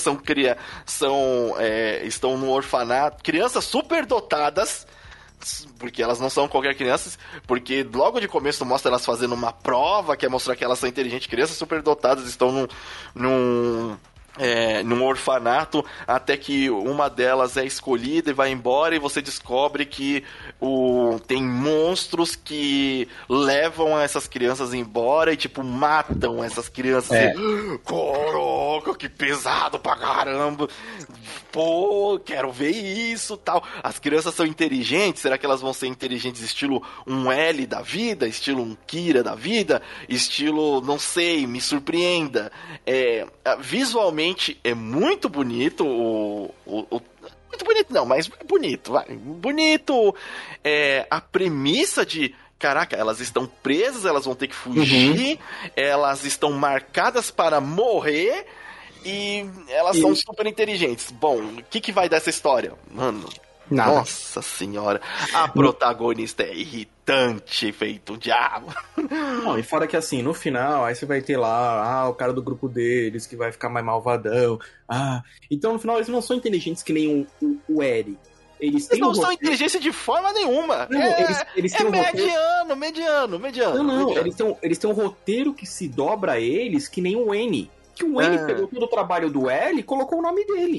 estão no orfanato, crianças superdotadas, porque elas não são qualquer crianças, porque logo de começo mostra elas fazendo uma prova, que é mostrar que elas são inteligentes. Crianças superdotadas estão num orfanato, até que uma delas é escolhida e vai embora, e você descobre que tem monstros que levam essas crianças embora e, tipo, matam essas crianças. Caraca, que pesado pra caramba! Pô, quero ver isso, tal. As crianças são inteligentes, será que elas vão ser inteligentes estilo um L da vida, estilo um Kira da vida, estilo, não sei, me surpreenda. Visualmente é muito bonito, muito bonito não, mas bonito, vai. Bonito, a premissa de, caraca, elas estão presas, elas vão ter que fugir, elas estão marcadas para morrer e elas são super inteligentes. Bom, o que vai dessa história? Mano, nada. Nossa senhora, a protagonista é irritante, feito um diabo. Não, e fora que assim, no final, aí você vai ter lá, o cara do grupo deles que vai ficar mais malvadão. Então no final eles não são inteligentes que nem o Eri. Eles não são inteligência de forma nenhuma. Não, eles têm mediano. Não, eles têm um roteiro que se dobra a eles que nem o N. Que o N pegou todo o trabalho do L e colocou o nome dele.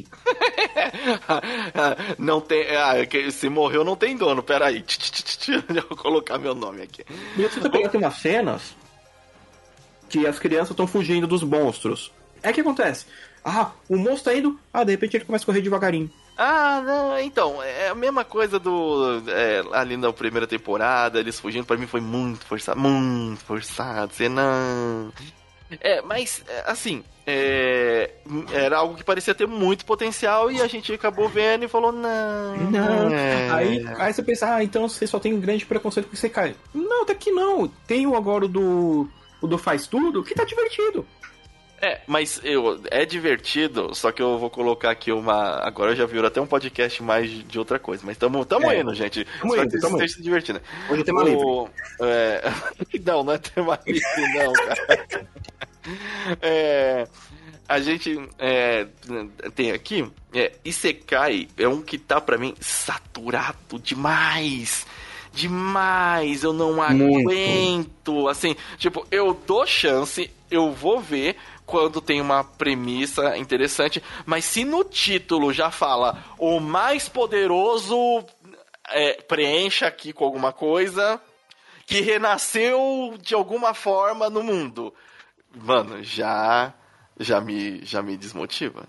Não tem. Se morreu, não tem dono. Peraí. Eu vou colocar meu nome aqui. E se você pegar, tem umas cenas que as crianças estão fugindo dos monstros. O que acontece? O monstro tá indo. De repente ele começa a correr devagarinho. Não, então, é a mesma coisa ali na primeira temporada, eles fugindo, pra mim foi muito forçado, você não... Mas, assim, era algo que parecia ter muito potencial e a gente acabou vendo e falou, não. Aí você pensa, então você só tem um grande preconceito com você cai. Não, até que não. Tem agora o do Faz Tudo, que tá divertido. Mas é divertido, só que eu vou colocar aqui agora já viram até um podcast mais de outra coisa, mas tamo indo, gente. Espero que se divertindo. Hoje é tema livre. Não é tema livre, não, cara. A gente tem aqui, Isekai é um que tá pra mim saturado demais, eu não aguento, assim, tipo, eu dou chance, eu vou ver quando tem uma premissa interessante, mas se no título já fala o mais poderoso, preencha aqui com alguma coisa que renasceu de alguma forma no mundo, mano, já me desmotiva.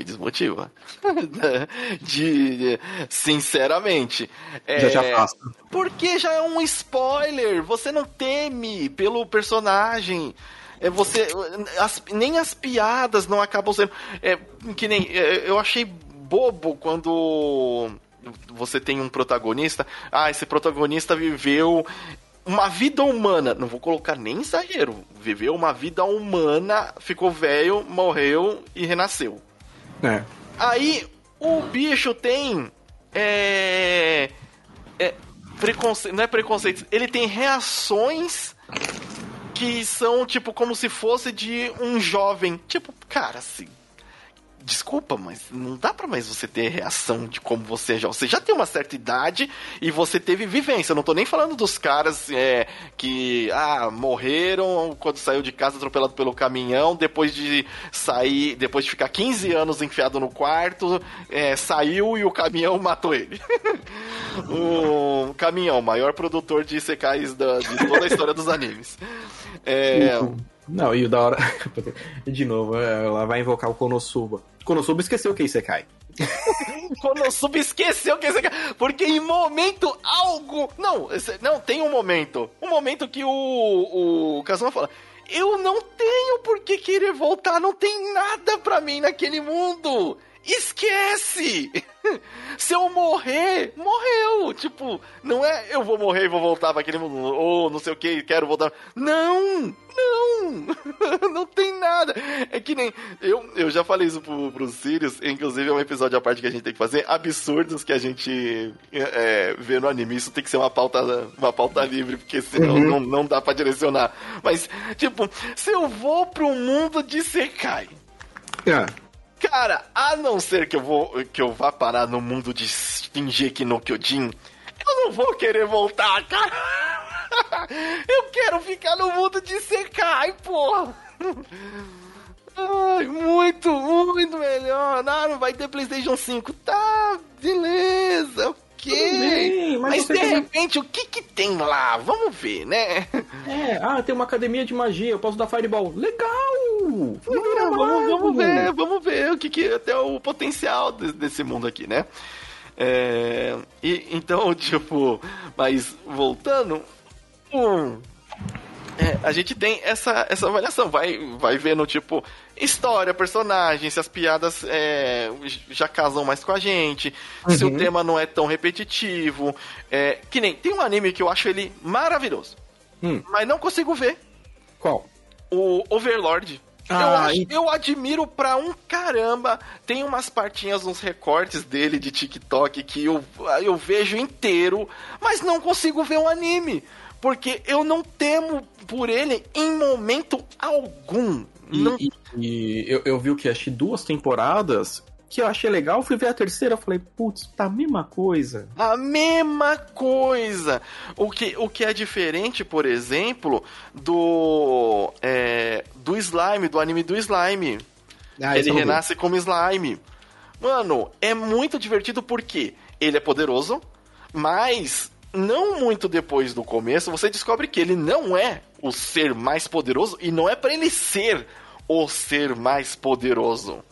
Sinceramente. Já afasta. Porque já é um spoiler. Você não teme pelo personagem. Nem as piadas não acabam sendo... que nem... eu achei bobo quando... você tem um protagonista, esse protagonista viveu uma vida humana, não vou colocar nem exagero, viveu uma vida humana, ficou velho, morreu e renasceu. Aí o bicho tem preconceito, não é preconceito, ele tem reações que são tipo como se fosse de um jovem, tipo, cara, assim, desculpa, mas não dá pra mais você ter reação de como você é jovem. Você já tem uma certa idade e você teve vivência. Eu não tô nem falando dos caras que morreram quando saiu de casa atropelado pelo caminhão, depois de ficar 15 anos enfiado no quarto, saiu e o caminhão matou ele. O caminhão, maior produtor de isekais de toda a história dos animes. Não, e o da hora... De novo, ela vai invocar o Konosuba. Konosuba esqueceu que é Isekai. Konosuba esqueceu que é Isekai. Porque em momento algo... Não, tem um momento. Um momento que o Kazuma fala... Eu não tenho por que querer voltar. Não tem nada pra mim naquele mundo. Esquece! Se eu morrer, morreu. Tipo, não é eu vou morrer e vou voltar pra aquele mundo, ou não sei o que, quero voltar. Não tem nada. É que nem eu já falei isso pro Sirius, inclusive é um episódio à parte que a gente tem que fazer, absurdos que a gente vê no anime. Isso tem que ser uma pauta livre, porque senão não dá pra direcionar. Mas, tipo, se eu vou pro mundo de Isekai, cara, a não ser que eu vá parar no mundo de Shingeki no Kyojin, eu não vou querer voltar, cara. Eu quero ficar no mundo de Isekai, porra. Ai, muito, muito melhor. Não vai ter PlayStation 5. Tá, beleza, ok. Bem, mas de repente, o que tem lá? Vamos ver, né? Tem uma academia de magia, eu posso dar Fireball. Legal! Vamos ver o que até o potencial desse mundo aqui, né? Então, tipo, mas voltando, a gente tem essa avaliação, vai vendo, tipo, história, personagem, se as piadas já casam mais com a gente, se o tema não é tão repetitivo, que nem, tem um anime que eu acho ele maravilhoso, mas não consigo ver. Qual? O Overlord. Eu admiro pra um caramba. Tem umas partinhas, uns recortes dele de TikTok que eu vejo inteiro, mas não consigo ver o anime, porque eu não temo por ele em momento algum. Eu vi o que? Achei 2 temporadas que eu achei legal, fui ver a terceira, falei, putz, tá a mesma coisa. A mesma coisa. O que é diferente, por exemplo, do Slime, do anime do Slime. Ele renasce como Slime. Mano, é muito divertido porque ele é poderoso, mas não muito depois do começo, você descobre que ele não é o ser mais poderoso e não é pra ele ser o ser mais poderoso.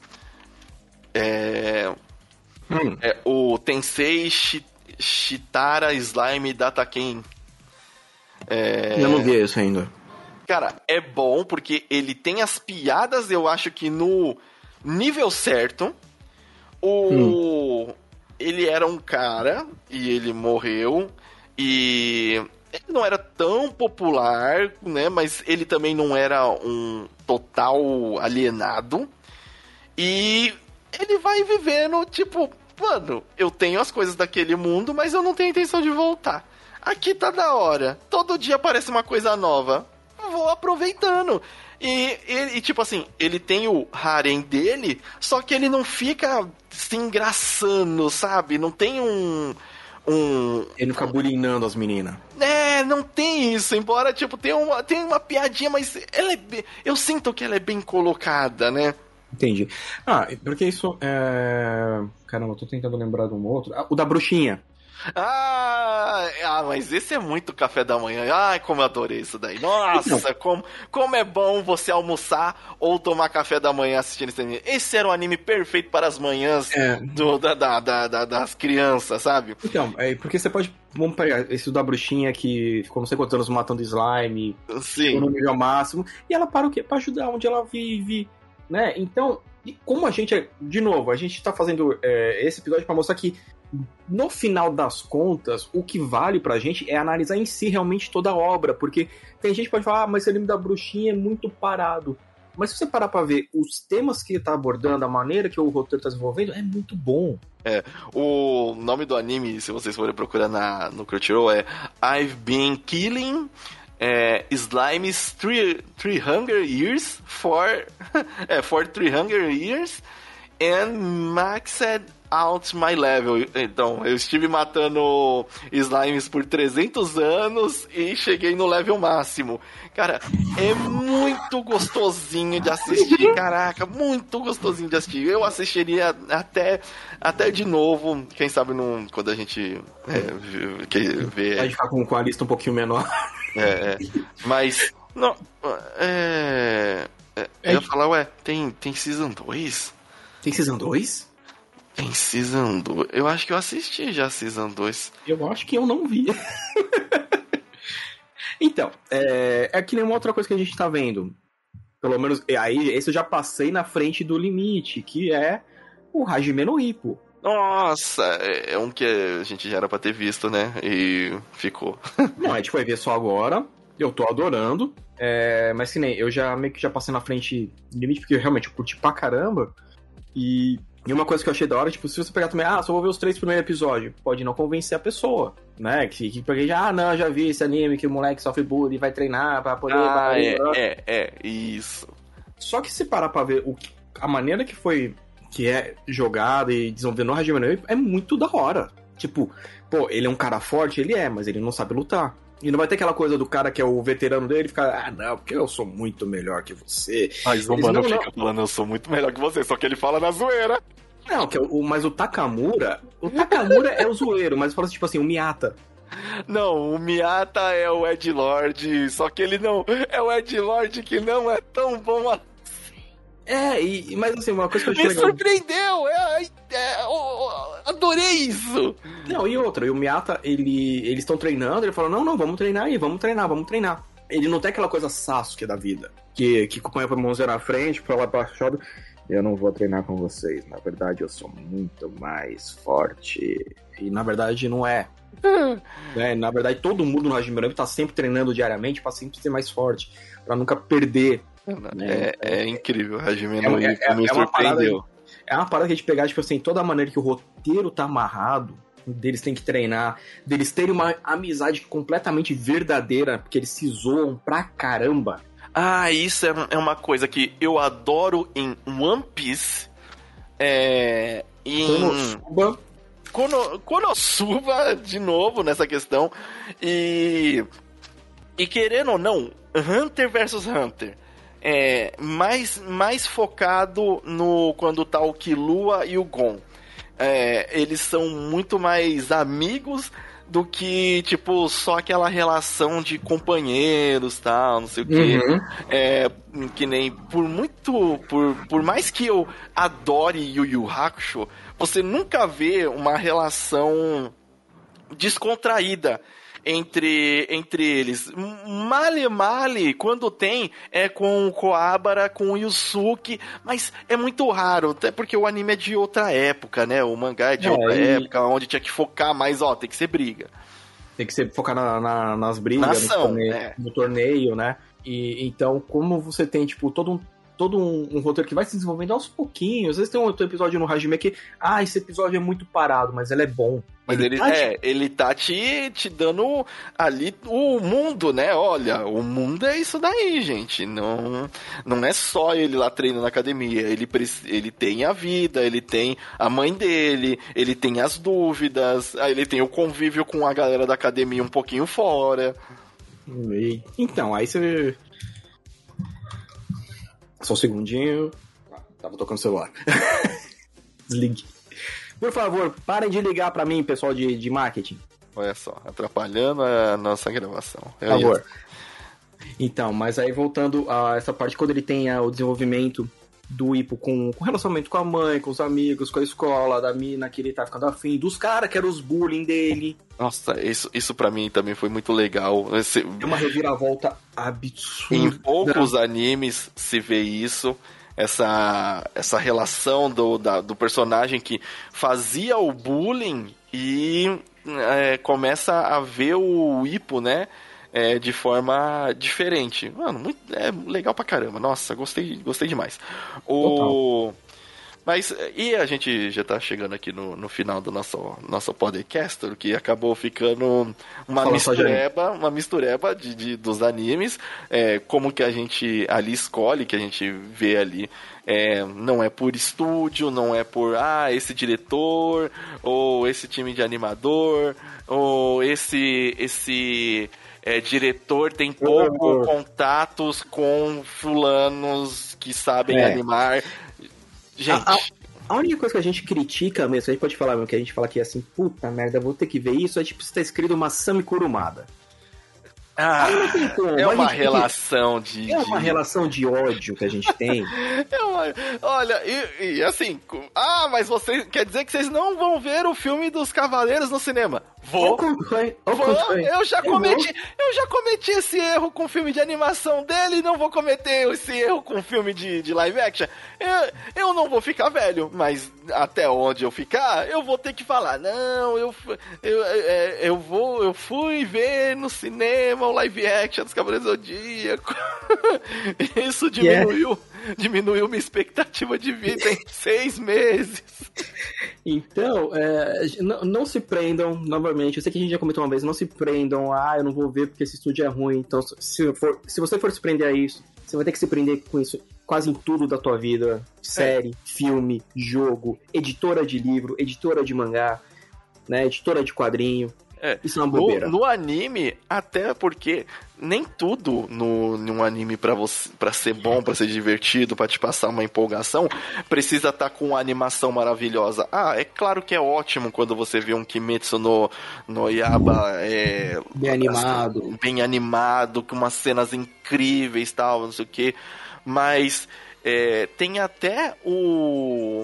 O Tensei Shitara Slime Dataken. Eu não vi isso ainda. Cara, é bom porque ele tem as piadas, eu acho que no nível certo. Ele era um cara e ele morreu e ele não era tão popular, né? Mas ele também não era um total alienado. E ele vai vivendo, tipo, mano, eu tenho as coisas daquele mundo, mas eu não tenho intenção de voltar. Aqui tá da hora. Todo dia aparece uma coisa nova. Vou aproveitando. E tipo assim, ele tem o harém dele, só que ele não fica se engraçando, sabe? Não tem Ele não fica bulinando as meninas. Não tem isso. Embora, tipo, tem uma piadinha, mas eu sinto que ela é bem colocada, né? Entendi. Porque isso Caramba, eu tô tentando lembrar de um outro. O da bruxinha. Mas esse é muito café da manhã. Ai, como eu adorei isso daí. Nossa, como é bom você almoçar ou tomar café da manhã assistindo esse anime. Esse era um anime perfeito para as manhãs das crianças, sabe? Então, porque você pode... Vamos pegar esse da bruxinha que ficou não sei quantos anos matando slime. Sim. No nível máximo. E ela para o quê? Pra ajudar onde ela vive, né? Então, e como a gente... De novo, a gente tá fazendo esse episódio pra mostrar que no final das contas, o que vale pra gente é analisar em si realmente toda a obra, porque tem gente que pode falar, mas esse anime da bruxinha é muito parado. Mas se você parar pra ver os temas que ele tá abordando, a maneira que o roteiro tá desenvolvendo, é muito bom. O nome do anime, se vocês forem procurar no Crunchyroll, é I've Been Killing Slimes 300 Years for 300 Years and Maxed Out My Level. Então, eu estive matando slimes por 300 anos e cheguei no level máximo. Cara, é muito gostosinho de assistir. Caraca, muito gostosinho de assistir. Eu assistiria até de novo. Quem sabe quando a gente vê... Pode ficar com a lista um pouquinho menor. Mas... Não, eu ia falar, tem Season 2? Tem Season 2? Tem Season 2. Eu acho que eu assisti já Season 2. Eu acho que eu não vi. Então, é que nem uma outra coisa que a gente tá vendo. Pelo menos, aí, esse eu já passei na frente do limite, que é o Hajime no Ippo. Nossa, é um que a gente já era pra ter visto, né? E ficou. Não, a gente vai ver só agora. Eu tô adorando. Mas que nem, eu já meio que já passei na frente do limite, porque realmente eu curti pra caramba. E uma coisa que eu achei da hora, tipo, se você pegar também, só vou ver os 3 primeiros episódios, pode não convencer a pessoa, né? Que porque já vi esse anime que o moleque sofre bullying, vai treinar pra poder... isso. Só que se parar pra ver a maneira que é jogado e desenvolvido no Hajime no Ippo, é muito da hora. Tipo, ele é um cara forte, mas ele não sabe lutar. E não vai ter aquela coisa do cara que é o veterano dele ficar, não, porque eu sou muito melhor que você. Mas o mano fica falando, eu sou muito melhor que você, só que ele fala na zoeira. Não, mas o Takamura é o zoeiro, mas fala tipo assim, o Miyata. Não, o Miyata é o Edgelord, só que ele não é o Edgelord que não é tão bom assim. Mas assim, uma coisa que eu achei legal... Me surpreendeu! Adorei isso! Não, e outra, e o Miyata, eles estão treinando, ele fala, não, vamos treinar aí, vamos treinar. Ele não tem aquela coisa Sasuke da vida, que põe a mãozinha na frente, pra lá baixado, eu não vou treinar com vocês, na verdade eu sou muito mais forte. E na verdade não é. Na verdade todo mundo no Hajime no Ippo tá sempre treinando diariamente pra sempre ser mais forte, pra nunca perder. É incrível, Hajime no Ippo me surpreendeu. É uma parada que a gente pegar, tipo assim, toda a maneira que o roteiro tá amarrado, deles tem que treinar, deles terem uma amizade completamente verdadeira, porque eles se zoam pra caramba. Isso é uma coisa que eu adoro em One Piece. Konosuba, de novo, nessa questão. E querendo ou não, Hunter vs Hunter. Mais focado no quando tá o Killua e o Gon. Eles são muito mais amigos do que, tipo, só aquela relação de companheiros, tal, não sei o quê. Que nem, por mais que eu adore Yu Yu Hakusho, você nunca vê uma relação descontraída entre eles. Male, quando tem, é com o Koabara, com o Yusuke, mas é muito raro, até porque o anime é de outra época, né? O mangá é de outra época, onde tinha que focar mais, tem que ser briga. Tem que ser focar nas brigas, no torneio, né? E então, como você tem, tipo, todo um roteiro que vai se desenvolvendo aos pouquinhos. Às vezes tem um outro episódio no Hajime que, esse episódio é muito parado, mas ele é bom. Mas ele tá te dando ali o mundo, né? Olha, o mundo é isso daí, gente. Não é só ele lá treinando na academia. Ele tem a vida, ele tem a mãe dele, ele tem as dúvidas, aí ele tem o convívio com a galera da academia um pouquinho fora. Então, aí você... Só um segundinho. Tava tocando o celular. Desligue. Por favor, parem de ligar pra mim, pessoal de marketing. Olha só, atrapalhando a nossa gravação. Por favor. Então, mas aí voltando a essa parte, quando ele tem o desenvolvimento do Ippo com relacionamento com a mãe, com os amigos, com a escola, da mina que ele tá ficando afim, dos caras que eram os bullying dele. Nossa, isso pra mim também foi muito legal. É uma reviravolta absurda. Em poucos animes se vê isso. Essa relação do personagem que fazia o bullying e começa a ver o Ippo, né? De forma diferente. Mano, é legal pra caramba. Nossa, gostei demais. Mas, e a gente já tá chegando aqui no final do nosso podcast, que acabou ficando uma mistureba dos animes, como que a gente ali escolhe, que a gente vê ali, não é por estúdio, não é por, esse diretor, ou esse time de animador, ou esse diretor tem pouco contatos com fulanos que sabem animar. Gente, a única coisa que a gente critica mesmo, a gente pode falar mesmo, que a gente fala que é assim, puta merda, vou ter que ver isso, é tipo, se tá escrito Masami Kurumada. Não tem como. É uma relação de... É uma relação de ódio que a gente tem. Olha, e assim... mas vocês... Quer dizer que vocês não vão ver o filme dos Cavaleiros no cinema? Vou. Eu já cometi esse erro com o filme de animação dele e não vou cometer esse erro com o filme de live action. Eu não vou ficar velho, mas até onde eu ficar, eu vou ter que falar, não, eu fui ver no cinema o live action dos Cavaleiros do Zodíaco. Isso diminuiu minha expectativa de vida em 6 meses. Então, não se prendam, novamente, eu sei que a gente já comentou uma vez, não se prendam, eu não vou ver porque esse estúdio é ruim, então se você for se prender a isso, você vai ter que se prender com isso quase em tudo da tua vida, série, filme, jogo, editora de livro, editora de mangá, né, editora de quadrinho. Isso é uma bobeira. No anime, até porque nem tudo num anime pra ser bom, pra ser divertido, pra te passar uma empolgação, precisa estar com uma animação maravilhosa. É claro que é ótimo quando você vê um Kimetsu no Yaiba bem animado, com umas cenas incríveis, tal, não sei o que, mas tem até o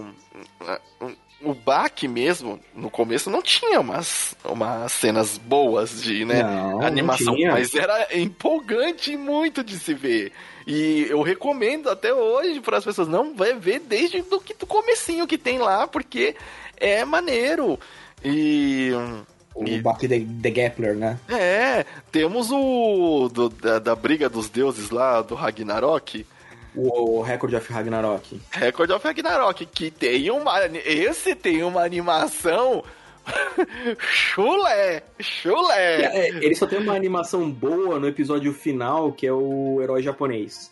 Baki mesmo, no começo, não tinha umas cenas boas de animação, mas era empolgante muito de se ver. E eu recomendo até hoje para as pessoas, não vai ver desde do comecinho que tem lá, porque é maneiro. O Baki the Gapler, né? Temos da Briga dos Deuses lá, do Ragnarok. O Record of Ragnarok. Record of Ragnarok, que tem uma animação chulé. Ele só tem uma animação boa no episódio final, que é o herói japonês.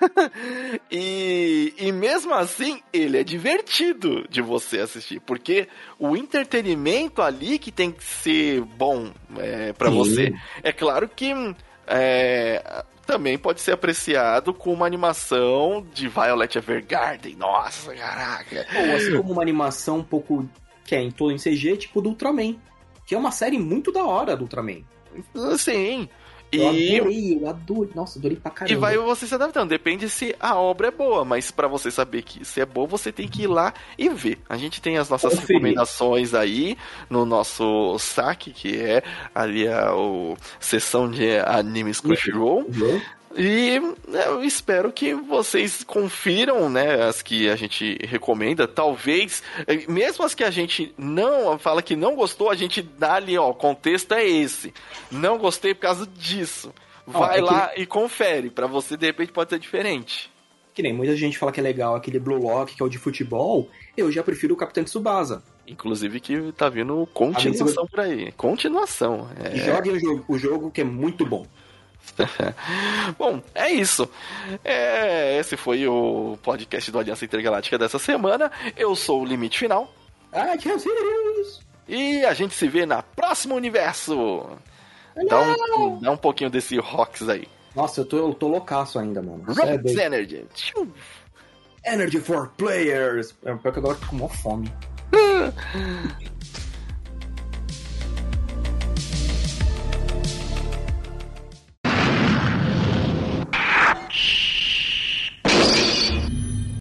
E mesmo assim, ele é divertido de você assistir, porque o entretenimento ali que tem que ser bom pra você. É claro que também pode ser apreciado com uma animação de Violet Evergarden. Nossa, caraca. Ou assim como uma animação um pouco que é em todo em CG, tipo do Ultraman, que é uma série muito da hora do Ultraman. Sim. Eu adorei. Nossa, adorei pra caramba. E vai você se adaptando. Depende se a obra é boa, mas pra você saber que se é boa, você tem que ir lá e ver. A gente tem as nossas recomendações aí no nosso saque, que é ali a seção de animes Crunchyroll. E eu espero que vocês confiram, né, as que a gente recomenda. Talvez, mesmo as que a gente não fala que não gostou, a gente dá ali, o contexto é esse. Não gostei por causa disso. Vai lá e confere, pra você de repente pode ser diferente. Que nem muita gente fala que é legal aquele Blue Lock, que é o de futebol, eu já prefiro o Capitão Tsubasa. Inclusive que tá vindo continuação por aí. Continuação. Joguem o jogo que é muito bom. Bom, é isso. Esse foi o podcast do Aliança Intergaláctica dessa semana. Eu sou o Limite Final. Que é Deus. E a gente se vê na próxima universo. Dá um pouquinho desse Rocks aí. Nossa, eu tô loucaço ainda, mano. Rocks Energy. Energy for players. Pior que agora eu tô com maior fome.